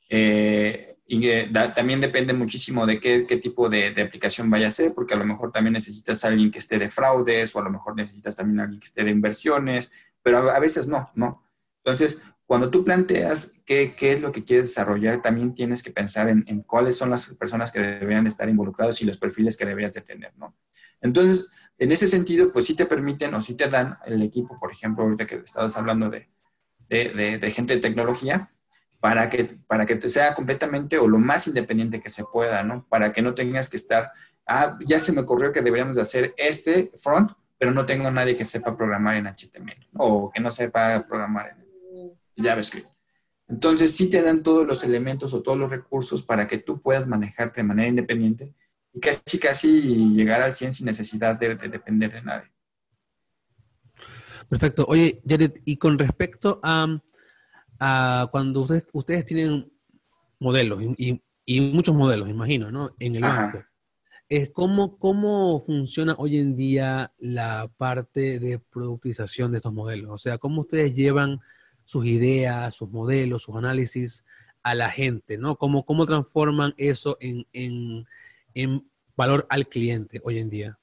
también depende muchísimo de qué tipo de aplicación vaya a ser, porque a lo mejor también necesitas a alguien que esté de fraudes o a lo mejor necesitas también a alguien que esté de inversiones, pero a veces no, ¿no? Entonces, cuando tú planteas qué es lo que quieres desarrollar, también tienes que pensar en cuáles son las personas que deberían de estar involucradas y los perfiles que deberías de tener, ¿no? Entonces, en ese sentido, pues sí te permiten o sí te dan el equipo, por ejemplo, ahorita que estabas hablando de gente de tecnología, para que te sea completamente o lo más independiente que se pueda, ¿no? Para que no tengas que estar, ya se me ocurrió que deberíamos de hacer este front, pero no tengo a nadie que sepa programar en HTML, ¿no? O que no sepa programar en JavaScript. Entonces, sí te dan todos los elementos o todos los recursos para que tú puedas manejarte de manera independiente y casi llegar al 100 sin necesidad de depender de nadie.
Perfecto. Oye, Jared, y con respecto a cuando ustedes tienen modelos y muchos modelos, imagino, ¿no? En el banco.
Ajá.
¿Cómo funciona hoy en día la parte de productización de estos modelos? O sea, ¿cómo ustedes llevan sus ideas, sus modelos, sus análisis a la gente, ¿no? ¿Cómo transforman eso en valor al cliente hoy en día?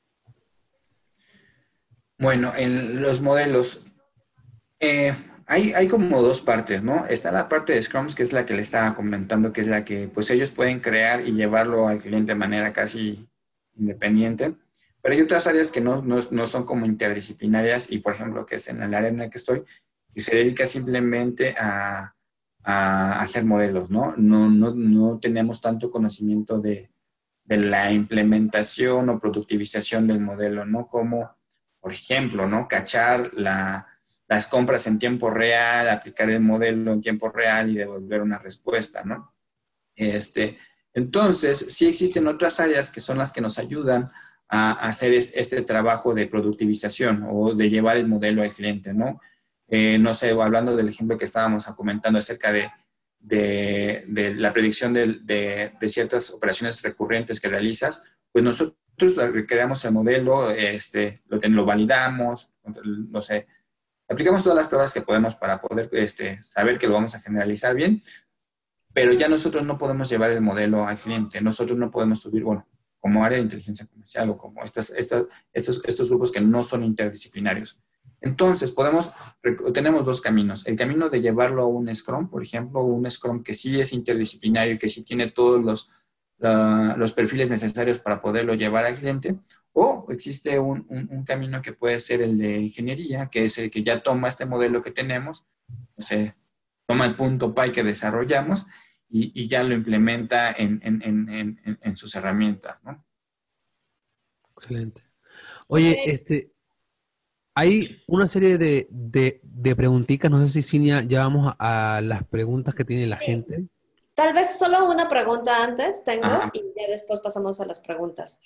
Bueno, en los modelos, hay como dos partes, ¿no? Está la parte de Scrums, que es la que le estaba comentando, que es la que pues ellos pueden crear y llevarlo al cliente de manera casi independiente, pero hay otras áreas que no son como interdisciplinarias y, por ejemplo, que es en el área en la que estoy, que se dedica simplemente a hacer modelos, ¿no? No tenemos tanto conocimiento de la implementación o productivización del modelo, ¿no? Como, por ejemplo, ¿no? Cachar las compras en tiempo real, aplicar el modelo en tiempo real y devolver una respuesta, ¿no? Entonces, sí existen otras áreas que son las que nos ayudan a hacer este trabajo de productivización o de llevar el modelo al cliente, ¿no? No sé, hablando del ejemplo que estábamos comentando acerca de la predicción de ciertas operaciones recurrentes que realizas, pues nosotros creamos el modelo, lo validamos, no sé, aplicamos todas las pruebas que podemos para poder saber que lo vamos a generalizar bien, pero ya nosotros no podemos llevar el modelo al cliente, nosotros no podemos subir, bueno, como área de inteligencia comercial o como estos grupos que no son interdisciplinarios. Entonces, tenemos dos caminos. El camino de llevarlo a un Scrum, por ejemplo, un Scrum que sí es interdisciplinario, que sí tiene todos los perfiles necesarios para poderlo llevar al cliente, o existe un camino que puede ser el de ingeniería, que es el que ya toma este modelo que tenemos, o sea, toma el punto PI que desarrollamos y ya lo implementa en sus herramientas, ¿no?
Excelente. Oye, hay una serie de preguntitas, no sé si Cinia, ya vamos a las preguntas que tiene la gente.
Tal vez solo una pregunta antes tengo y ya después pasamos a las preguntas.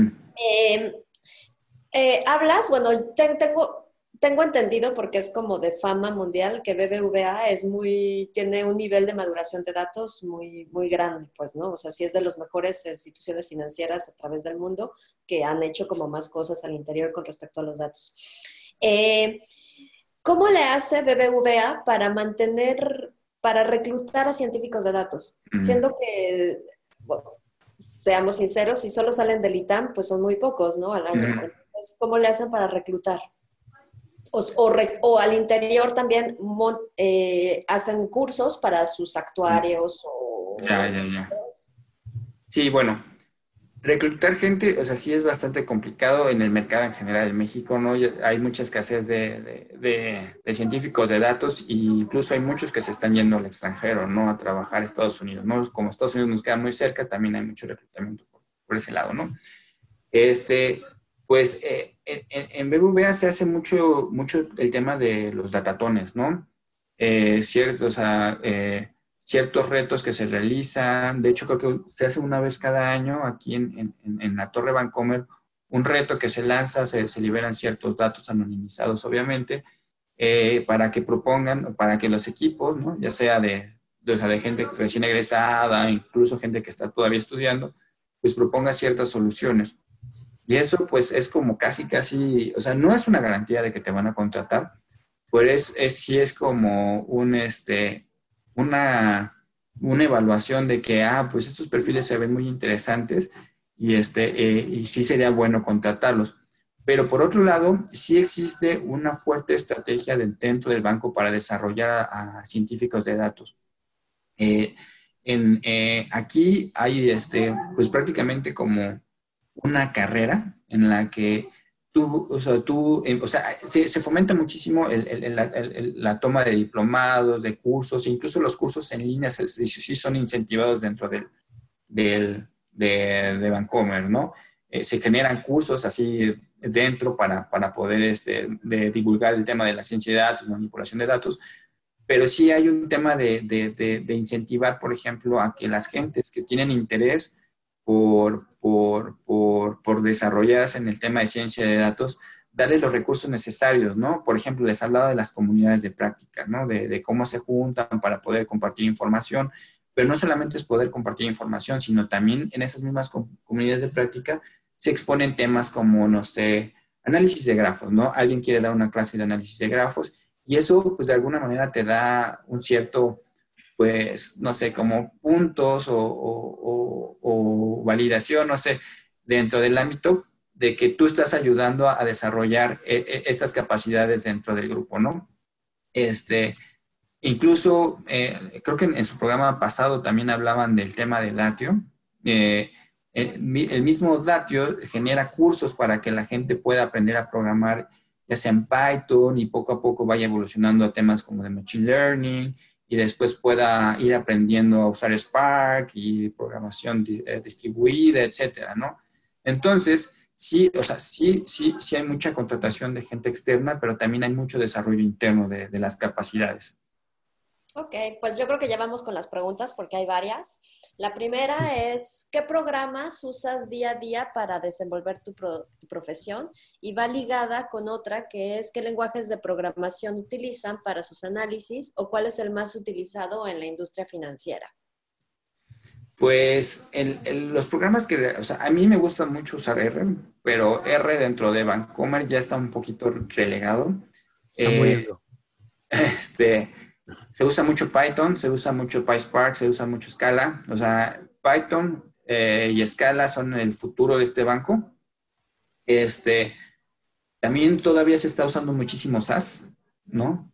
Hablas, bueno, tengo entendido porque es como de fama mundial que BBVA tiene un nivel de maduración de datos muy, muy grande, pues, ¿no? O sea, sí es de las mejores instituciones financieras a través del mundo que han hecho como más cosas al interior con respecto a los datos. ¿Cómo le hace BBVA para reclutar a científicos de datos? Siendo que, bueno, seamos sinceros, si solo salen del ITAM, pues son muy pocos, ¿no? Al año. Entonces, ¿cómo le hacen para reclutar? O al interior también hacen cursos para sus actuarios o...
Ya. Sí, bueno, reclutar gente, o sea, sí es bastante complicado en el mercado en general en México, ¿no? Hay mucha escasez de científicos de datos e incluso hay muchos que se están yendo al extranjero, ¿no? A trabajar a Estados Unidos, ¿no? Como Estados Unidos nos queda muy cerca, también hay mucho reclutamiento por ese lado, ¿no? Pues en BBVA se hace mucho el tema de los datatones, ¿no? Ciertos retos que se realizan. De hecho, creo que se hace una vez cada año aquí en la Torre Bancomer, un reto que se lanza, se liberan ciertos datos anonimizados, obviamente, para que propongan, para que los equipos, ¿no? Ya sea de gente recién egresada, incluso gente que está todavía estudiando, pues proponga ciertas soluciones. Y eso pues es como casi, o sea, no es una garantía de que te van a contratar, pues sí es como una evaluación de que, pues estos perfiles se ven muy interesantes y sí sería bueno contratarlos. Pero por otro lado, sí existe una fuerte estrategia dentro del banco para desarrollar a científicos de datos. Aquí hay pues prácticamente como una carrera en la que se fomenta muchísimo la toma de diplomados, de cursos, incluso los cursos en línea sí son incentivados dentro de Bancomer, ¿no? Se generan cursos así dentro para poder de divulgar el tema de la ciencia de datos, manipulación de datos, pero sí hay un tema de incentivar, por ejemplo, a que las gentes que tienen interés por desarrollarse en el tema de ciencia de datos, darle los recursos necesarios, ¿no? Por ejemplo, les hablaba de las comunidades de práctica, ¿no? De cómo se juntan para poder compartir información, pero no solamente es poder compartir información, sino también en esas mismas comunidades de práctica se exponen temas como, no sé, análisis de grafos, ¿no? Alguien quiere dar una clase de análisis de grafos y eso, pues, de alguna manera te da un cierto, pues, no sé, como puntos o validación, no sé, dentro del ámbito de que tú estás ayudando a desarrollar estas capacidades dentro del grupo, ¿no? Incluso, creo que en su programa pasado también hablaban del tema de Datio. El mismo Datio genera cursos para que la gente pueda aprender a programar, ya sea en Python, y poco a poco vaya evolucionando a temas como de Machine Learning y después pueda ir aprendiendo a usar Spark y programación distribuida, etcétera, ¿no? Entonces, sí, o sea, sí hay mucha contratación de gente externa, pero también hay mucho desarrollo interno de las capacidades.
Ok, pues yo creo que ya vamos con las preguntas porque hay varias. La primera
Sí.
es, ¿qué programas usas día a día para desenvolver tu profesión? Y va ligada con otra que es, ¿qué lenguajes de programación utilizan para sus análisis o cuál es el más utilizado en la industria financiera?
Pues los programas o sea, a mí me gusta mucho usar R, pero R dentro de Vancomer ya está un poquito relegado.
Está
Eh,
muriendo.
este, Se usa mucho Python, se usa mucho PySpark, se usa mucho Scala. O sea, Python y Scala son el futuro de este banco. También todavía se está usando muchísimo SAS, ¿no?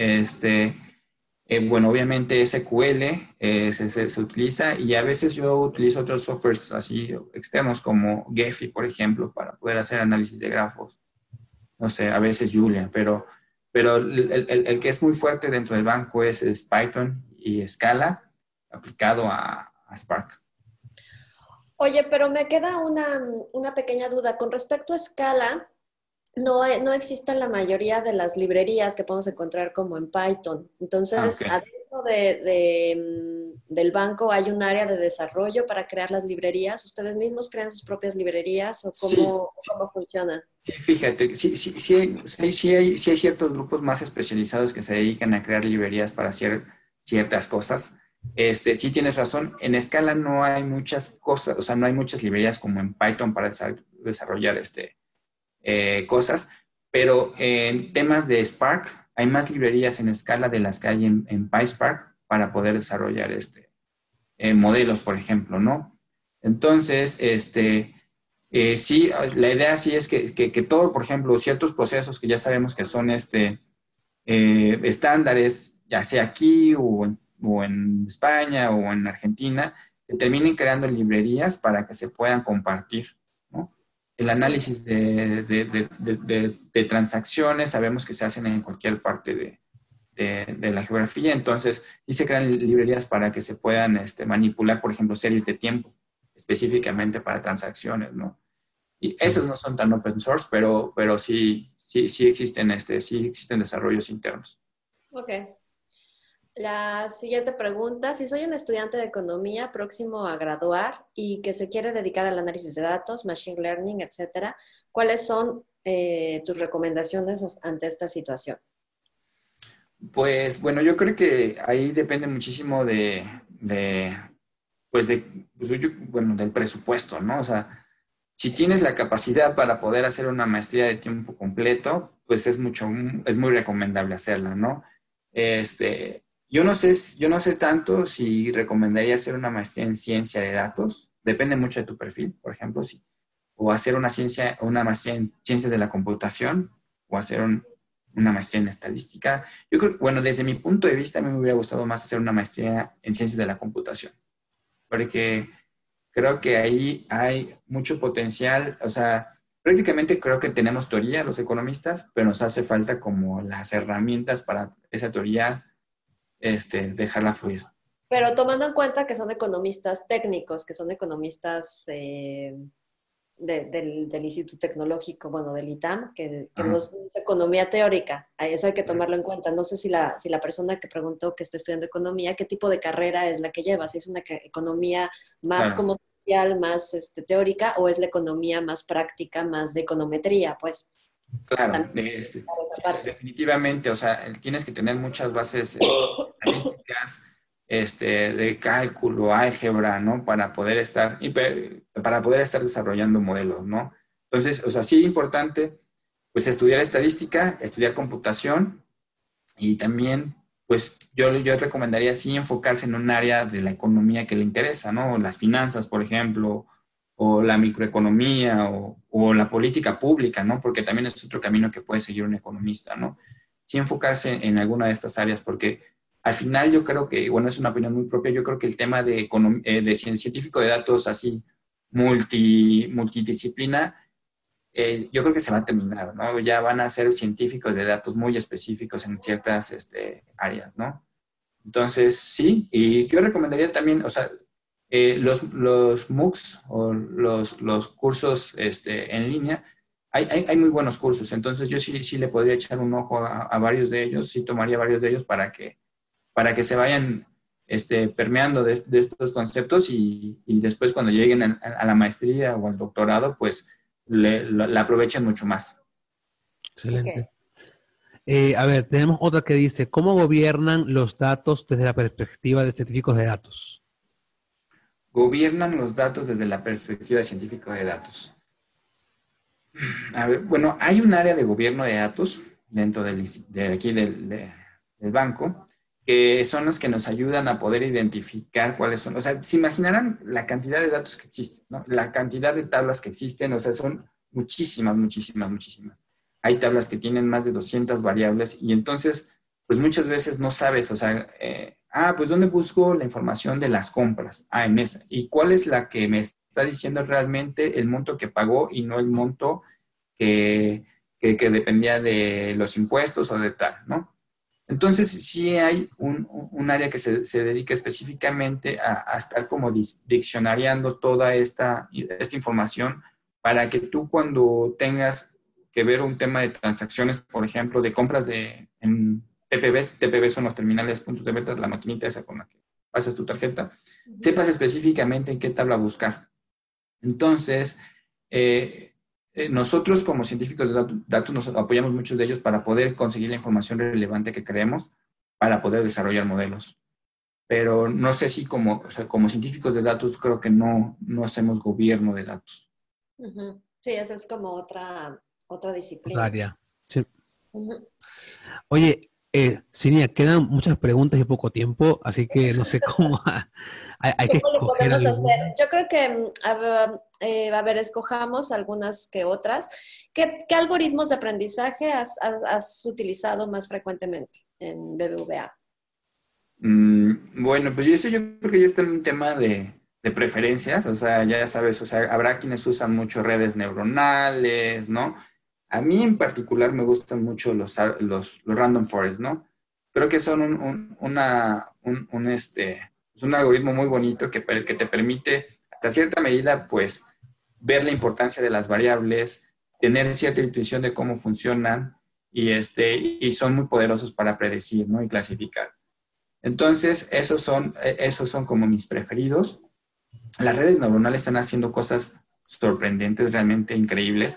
Bueno, obviamente SQL se utiliza y a veces yo utilizo otros softwares así externos como Gephi, por ejemplo, para poder hacer análisis de grafos. No sé, a veces Julia, pero el que es muy fuerte dentro del banco es Python y Scala aplicado a Spark.
Oye, pero me queda una pequeña duda. Con respecto a Scala, no existen la mayoría de las librerías que podemos encontrar como en Python.
Ah,
Entonces,
ok.
adentro del banco hay un área de desarrollo para crear las librerías. ¿Ustedes mismos crean sus propias librerías o
Sí,
cómo funcionan?
sí, fíjate, sí hay ciertos grupos más especializados que se dedican a crear librerías para hacer ciertas cosas. Sí tienes razón, en Scala no hay muchas cosas, o sea, no hay muchas librerías como en Python para desarrollar cosas, pero en temas de Spark hay más librerías en Scala de las que hay en PySpark para poder desarrollar modelos, por ejemplo, ¿no? Entonces, sí, la idea sí es que todo, por ejemplo, ciertos procesos que ya sabemos que son estándares, ya sea aquí o en España o en Argentina, se terminen creando librerías para que se puedan compartir, ¿no? El análisis de transacciones sabemos que se hacen en cualquier parte de la geografía, entonces sí se crean librerías para que se puedan manipular, por ejemplo, series de tiempo, específicamente para transacciones, ¿no? Y esas no son tan open source, pero sí existen desarrollos internos.
Ok. La siguiente pregunta, si soy un estudiante de economía próximo a graduar y que se quiere dedicar al análisis de datos, machine learning, etcétera, ¿cuáles son tus recomendaciones ante esta situación?
Pues bueno, yo creo que ahí depende muchísimo bueno, del presupuesto, ¿no? O sea, si tienes la capacidad para poder hacer una maestría de tiempo completo, pues es muy recomendable hacerla, ¿no? Yo no sé tanto si recomendaría hacer una maestría en ciencia de datos, depende mucho de tu perfil, por ejemplo, o hacer una maestría en ciencias de la computación, o hacer una maestría en estadística. Yo creo, bueno, desde mi punto de vista, a mí me hubiera gustado más hacer una maestría en ciencias de la computación, porque creo que ahí hay mucho potencial, o sea, prácticamente creo que tenemos teoría los economistas, pero nos hace falta como las herramientas para esa teoría, dejarla fluir.
Pero tomando en cuenta que son economistas técnicos, que son economistas del Instituto Tecnológico, bueno, del ITAM, que no
Ajá.
es economía teórica, a eso hay que tomarlo en cuenta. No sé si la persona que preguntó que está estudiando economía, qué tipo de carrera es la que lleva, si es una economía más
Claro,
como social, más teórica, o es la economía más práctica, más de econometría, pues.
claro,
También esa
sí,
parte.
definitivamente, o sea, tienes que tener muchas bases estadísticas, de cálculo, álgebra, ¿no? Para poder estar desarrollando modelos, ¿no? Entonces, o sea, sí es importante, pues, estudiar estadística, estudiar computación y también, pues, yo recomendaría sí enfocarse en un área de la economía que le interesa, ¿no? Las finanzas, por ejemplo, o la microeconomía o la política pública, ¿no? Porque también es otro camino que puede seguir un economista, ¿no? Sí enfocarse en alguna de estas áreas, porque al final yo creo que, bueno, es una opinión muy propia, yo creo que el tema de científico de datos así multidisciplina, yo creo que se va a terminar, ¿no? Ya van a ser científicos de datos muy específicos en ciertas áreas, ¿no? Entonces, sí, y yo recomendaría también, o sea, los MOOCs o los cursos en línea, hay muy buenos cursos, entonces yo sí le podría echar un ojo a varios de ellos, sí tomaría varios de ellos para que se vayan permeando de estos conceptos y después cuando lleguen a la maestría o al doctorado, pues la aprovechen mucho más.
Excelente.
Ok.
A ver, tenemos otra que dice, ¿cómo gobiernan los datos desde la perspectiva de científicos de datos?
Gobiernan los datos desde la perspectiva de científico de datos. A ver, bueno, hay un área de gobierno de datos dentro de aquí del banco, que son los que nos ayudan a poder identificar cuáles son. O sea, se imaginarán la cantidad de datos que existen, ¿no? La cantidad de tablas que existen, o sea, son muchísimas, muchísimas, muchísimas. Hay tablas que tienen más de 200 variables y entonces, pues muchas veces no sabes, o sea, pues ¿dónde busco la información de las compras? En esa. ¿Y cuál es la que me está diciendo realmente el monto que pagó y no el monto que dependía de los impuestos o de tal, ¿no? Entonces, sí hay un área que se dedica específicamente a estar como diccionariando toda esta información para que tú cuando tengas que ver un tema de transacciones, por ejemplo, de compras en TPVs son los terminales puntos de venta, la maquinita esa con la que pasas tu tarjeta, sepas específicamente en qué tabla buscar. Entonces, nosotros como científicos de datos nos apoyamos muchos de ellos para poder conseguir la información relevante que queremos para poder desarrollar modelos. Pero no sé si o sea, como científicos de datos creo que no hacemos gobierno de datos.
Ujú. Sí, esa es como otra
Otra
disciplina.
área. Sí.
Ujú.
Oye, Cinia, quedan muchas preguntas y poco tiempo, así que no sé cómo hay que
¿Cómo le
escoger
podemos hacer?
alguna.
Yo creo que, a ver, escojamos algunas que otras. ¿Qué algoritmos de aprendizaje has utilizado más frecuentemente en BBVA?
Bueno, pues eso yo creo que ya está en un tema de preferencias, o sea, ya sabes, o sea, habrá quienes usan mucho redes neuronales, ¿no? A mí en particular me gustan mucho los random forest, ¿no? Creo que son es un algoritmo muy bonito que te permite, hasta cierta medida, pues, ver la importancia de las variables, tener cierta intuición de cómo funcionan y son muy poderosos para predecir, ¿no? Y clasificar. Entonces, esos son como mis preferidos. Las redes neuronales están haciendo cosas sorprendentes, realmente increíbles,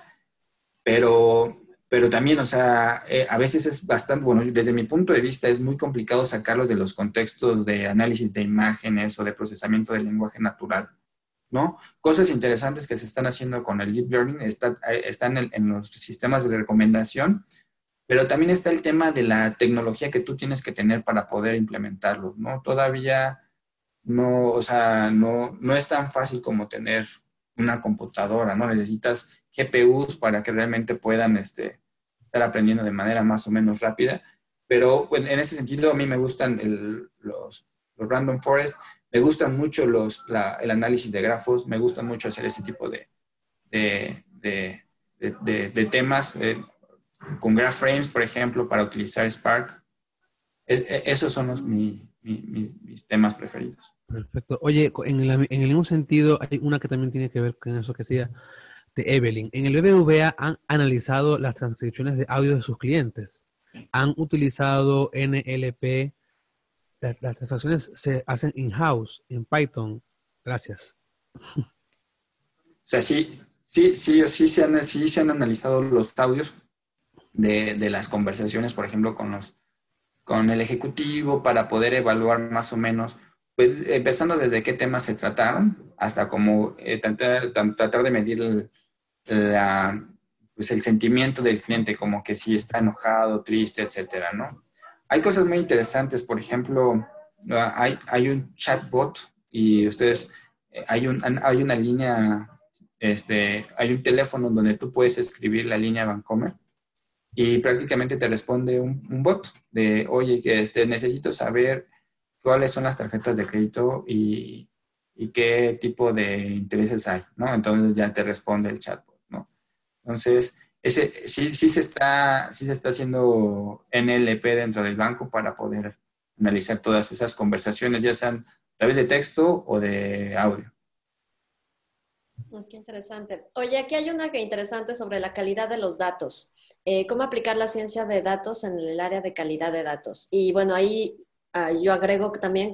pero también, o sea, a veces es bastante, bueno, desde mi punto de vista es muy complicado sacarlos de los contextos de análisis de imágenes o de procesamiento del lenguaje natural, ¿no? Cosas interesantes que se están haciendo con el Deep Learning están en los sistemas de recomendación, pero también está el tema de la tecnología que tú tienes que tener para poder implementarlos, ¿no? Todavía no, o sea, no es tan fácil como tener una computadora, ¿no? Necesitas GPUs para que realmente puedan estar aprendiendo de manera más o menos rápida. Pero bueno, en ese sentido, a mí me gustan los random forest, me gustan mucho el análisis de grafos, me gusta mucho hacer ese tipo de, de, de temas. Con Graph Frames, por ejemplo, para utilizar Spark. Esos son mis temas preferidos.
Perfecto. Oye, en el mismo sentido, hay una que también tiene que ver con eso que decía de Evelyn. En el BBVA han analizado las transcripciones de audio de sus clientes. Han utilizado NLP. Las transacciones se hacen in-house, en Python. Gracias.
O sea, sí se han analizado los audios de las conversaciones, por ejemplo, con el ejecutivo para poder evaluar más o menos, pues empezando desde qué temas se trataron hasta cómo tratar de medir pues el sentimiento del cliente, como que si está enojado, triste, etcétera, ¿no? Hay cosas muy interesantes, por ejemplo, hay un chatbot y ustedes, hay una línea, hay un teléfono donde tú puedes escribir la línea Bancomer y prácticamente te responde un bot de, oye, que necesito saber cuáles son las tarjetas de crédito y qué tipo de intereses hay, ¿no? Entonces ya te responde el chatbot, ¿no? Entonces, sí se está haciendo NLP dentro del banco para poder analizar todas esas conversaciones, ya sean a través de texto o de audio.
Qué interesante. Oye, aquí hay una que interesante sobre la calidad de los datos. ¿Cómo aplicar la ciencia de datos en el área de calidad de datos? Y bueno, ahí yo agrego que también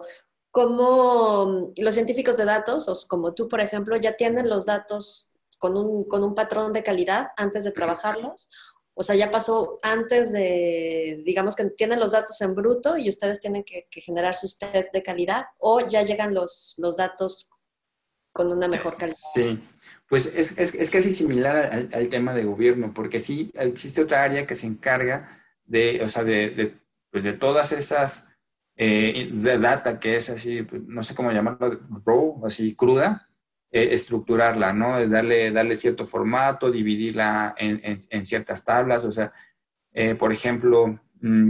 como los científicos de datos, o como tú, por ejemplo, ya tienen los datos con un patrón de calidad antes de trabajarlos. O sea, ya pasó antes de, digamos que tienen los datos en bruto y ustedes tienen que generar sus test de calidad, o ya llegan los datos con una mejor calidad.
Sí, pues es casi similar al tema de gobierno, porque sí existe otra área que se encarga de, o sea, pues de todas esas de data que es así, pues, no sé cómo llamarlo, raw, así cruda, estructurarla, ¿no? Darle cierto formato, dividirla en ciertas tablas, o sea, por ejemplo,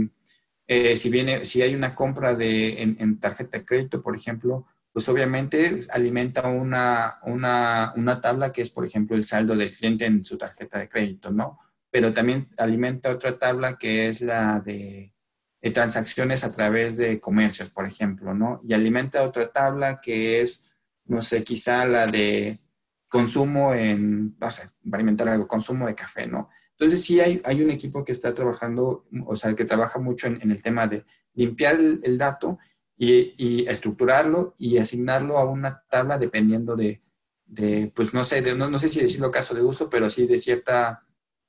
si hay una compra en tarjeta de crédito, por ejemplo, pues obviamente alimenta una tabla que es, por ejemplo, el saldo del cliente en su tarjeta de crédito, ¿no? Pero también alimenta otra tabla que es la de transacciones a través de comercios, por ejemplo, ¿no? Y alimenta otra tabla que es, no sé, quizá la de consumo no sé, para inventar algo, consumo de café, ¿no? Entonces sí hay un equipo que está trabajando, o sea, que trabaja mucho en el tema de limpiar el dato y estructurarlo y asignarlo a una tabla dependiendo pues no sé, no sé si decirlo caso de uso, pero sí de cierta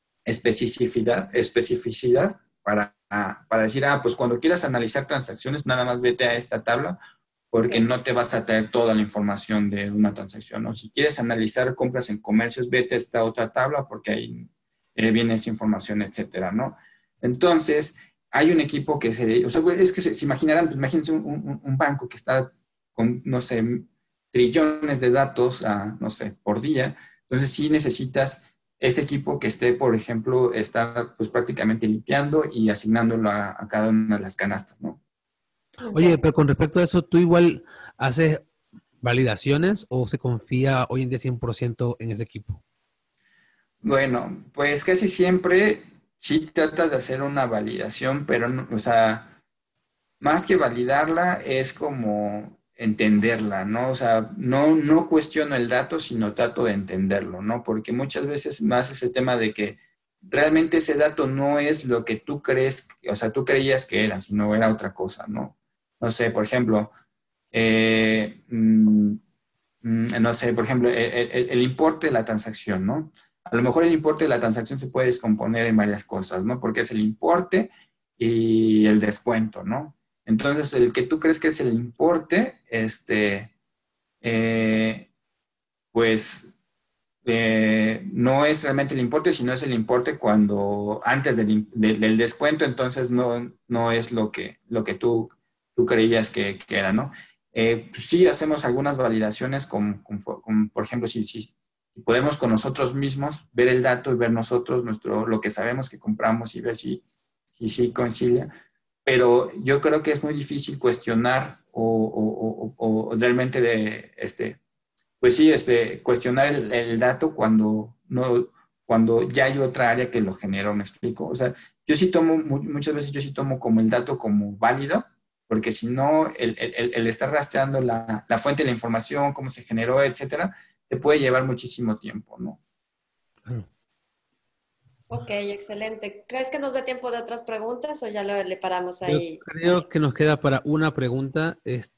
especificidad para decir, pues cuando quieras analizar transacciones, nada más vete a esta tabla porque no te vas a traer toda la información de una transacción, ¿no? Si quieres analizar compras en comercios, vete a esta otra tabla porque ahí viene esa información, etcétera, ¿no? Entonces, hay un equipo que o sea, es que se imaginarán, pues imagínense un banco que está con, no sé, trillones de datos, no sé, por día. Entonces, sí necesitas ese equipo que esté, por ejemplo, está pues prácticamente limpiando y asignándolo a cada una de las canastas, ¿no?
Oye, pero con respecto a eso, ¿tú igual haces validaciones o se confía hoy en día 100% en ese equipo?
Bueno, pues casi siempre sí tratas de hacer una validación, pero, o sea, más que validarla es como entenderla, ¿no? O sea, no cuestiono el dato, sino trato de entenderlo, ¿no? Porque muchas veces más ese tema de que realmente ese dato no es lo que tú crees, o sea, tú creías que era, sino era otra cosa, ¿no? No sé, por ejemplo, no sé, por ejemplo, el importe de la transacción, ¿no? A lo mejor el importe de la transacción se puede descomponer en varias cosas, ¿no? Porque es el importe y el descuento, ¿no? Entonces, el que tú crees que es el importe, eh, pues no es realmente el importe, sino es el importe cuando antes del descuento, entonces no es lo que tú creías que era, ¿no? Pues sí hacemos algunas validaciones por ejemplo, si podemos con nosotros mismos ver el dato y ver nosotros lo que sabemos que compramos y ver si coincide, pero yo creo que es muy difícil cuestionar o realmente pues sí, cuestionar el dato cuando ya hay otra área que lo generó, ¿me explico? O sea, yo sí tomo, muchas veces yo sí tomo como el dato como válido, porque si no, el estar rastreando la fuente de la información, cómo se generó, etcétera, te puede llevar muchísimo tiempo, ¿no?
Claro.
Ok, excelente. ¿Crees que nos dé tiempo de otras preguntas o ya le paramos
Yo
ahí?
creo que nos queda para una pregunta.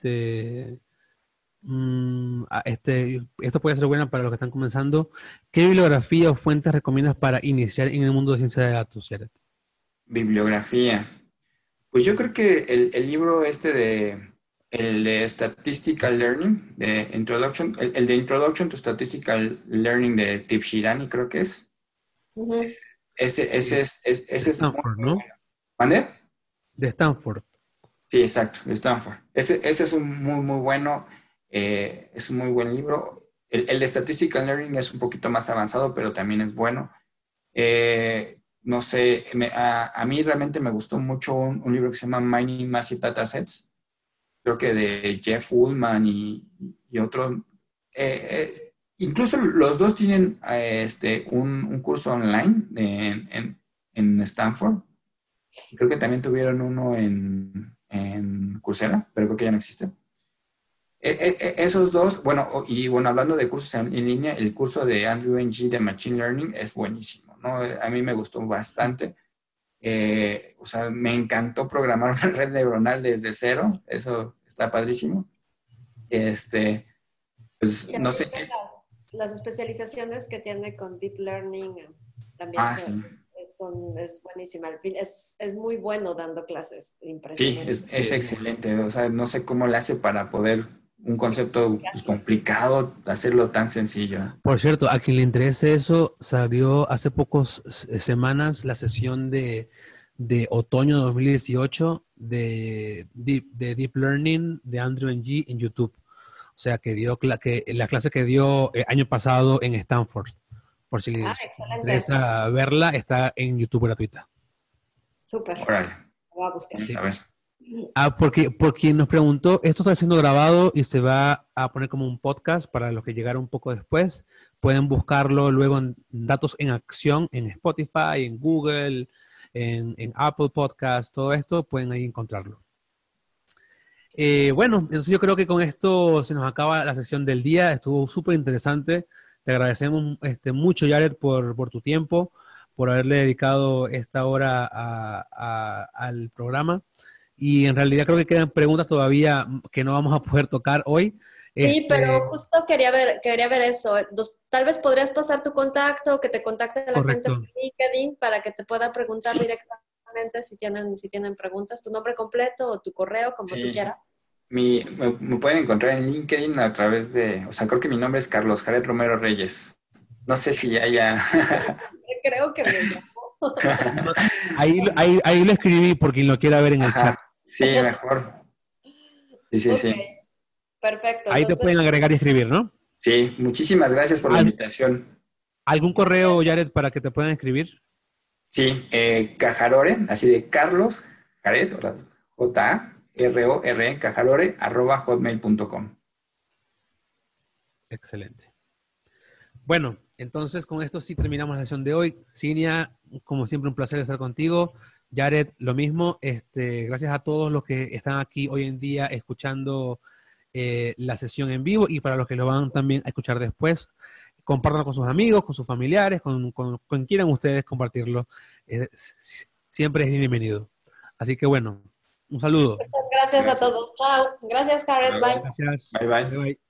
Esto puede ser buena para los que están comenzando. ¿Qué bibliografía o fuentes recomiendas para iniciar en el mundo de ciencia de datos, Jared?
Bibliografía. Pues yo creo que el libro el de Statistical Learning, de Introduction, el de Introduction to Statistical Learning de Tipshirani, creo que es.
Ujú.
Ese
De
es muy,
Stanford,
muy
¿no?
bueno. ¿Mande?
De Stanford.
Sí, exacto, de Stanford. Ese es un muy, muy bueno, es un muy buen libro. El de Statistical Learning es un poquito más avanzado, pero también es bueno. No sé, a mí realmente me gustó mucho un libro que se llama Mining Massive Datasets, creo que de Jeff Ullman y otros. Incluso los dos tienen un curso online en Stanford. Creo que también tuvieron uno en Coursera, pero creo que ya no existe. Esos dos, bueno, hablando de cursos en línea, el curso de Andrew Ng de Machine Learning es buenísimo, ¿no? A mí me gustó bastante. Me encantó programar una red neuronal desde cero, eso está padrísimo. Pues no sé.
Las especializaciones que tiene con Deep Learning también
Sí.
Es buenísima. Al fin, es muy bueno dando clases.
Sí,
Impresionante.
es excelente. O sea, no sé cómo le hace para poder un concepto pues, complicado, hacerlo tan sencillo.
Por cierto, a quien le interese eso, salió hace pocas semanas la sesión de otoño de 2018 de Deep Learning de Andrew Ng en YouTube. O sea, que la clase que dio el año pasado en Stanford. Por si les interesa verla, está en YouTube gratuita.
Súper.
Órale.
Voy a buscar.
Vamos a ver.
Porque por quien nos preguntó, esto está siendo grabado y se va a poner como un podcast para los que llegaron un poco después. Pueden buscarlo luego en Datos en Acción, en Spotify, en Google, en Apple Podcast, todo esto, pueden ahí encontrarlo. Bueno, entonces yo creo que con esto se nos acaba la sesión del día. Estuvo súper interesante. Te agradecemos mucho, Jared, por tu tiempo, por haberle dedicado esta hora al programa. Y en realidad creo que quedan preguntas todavía que no vamos a poder tocar hoy.
Sí, pero justo quería ver eso. Tal vez podrías pasar tu contacto, que te contacte la gente por LinkedIn para que te pueda preguntar directamente si tienen preguntas, tu nombre completo o tu correo, como tú quieras.
Me pueden encontrar en LinkedIn a través de, creo que mi nombre es Carlos Jared Romero Reyes. No sé si haya...
Creo que me llamó.
ahí lo escribí por quien lo quiera ver en el chat.
Sí, mejor. Sí.
Okay. Perfecto.
Ahí te pueden agregar y escribir, ¿no?
Sí, muchísimas gracias por la invitación.
¿Algún correo, Jared, para que te puedan escribir?
Sí, Cajarore, así de Carlos Jared, J-A-R-O-R, Cajarore, @hotmail.com.
Excelente. Bueno, entonces con esto sí terminamos la sesión de hoy. Cinia, como siempre, un placer estar contigo. Jared, lo mismo. Gracias a todos los que están aquí hoy en día escuchando la sesión en vivo y para los que lo van también a escuchar después. Compártanlo con sus amigos, con sus familiares, con quieran ustedes compartirlo. Siempre es bienvenido. Así que bueno, un saludo.
Muchas gracias a todos. Chao. Gracias, Jared. Bye.
Gracias.
Bye.
Bye.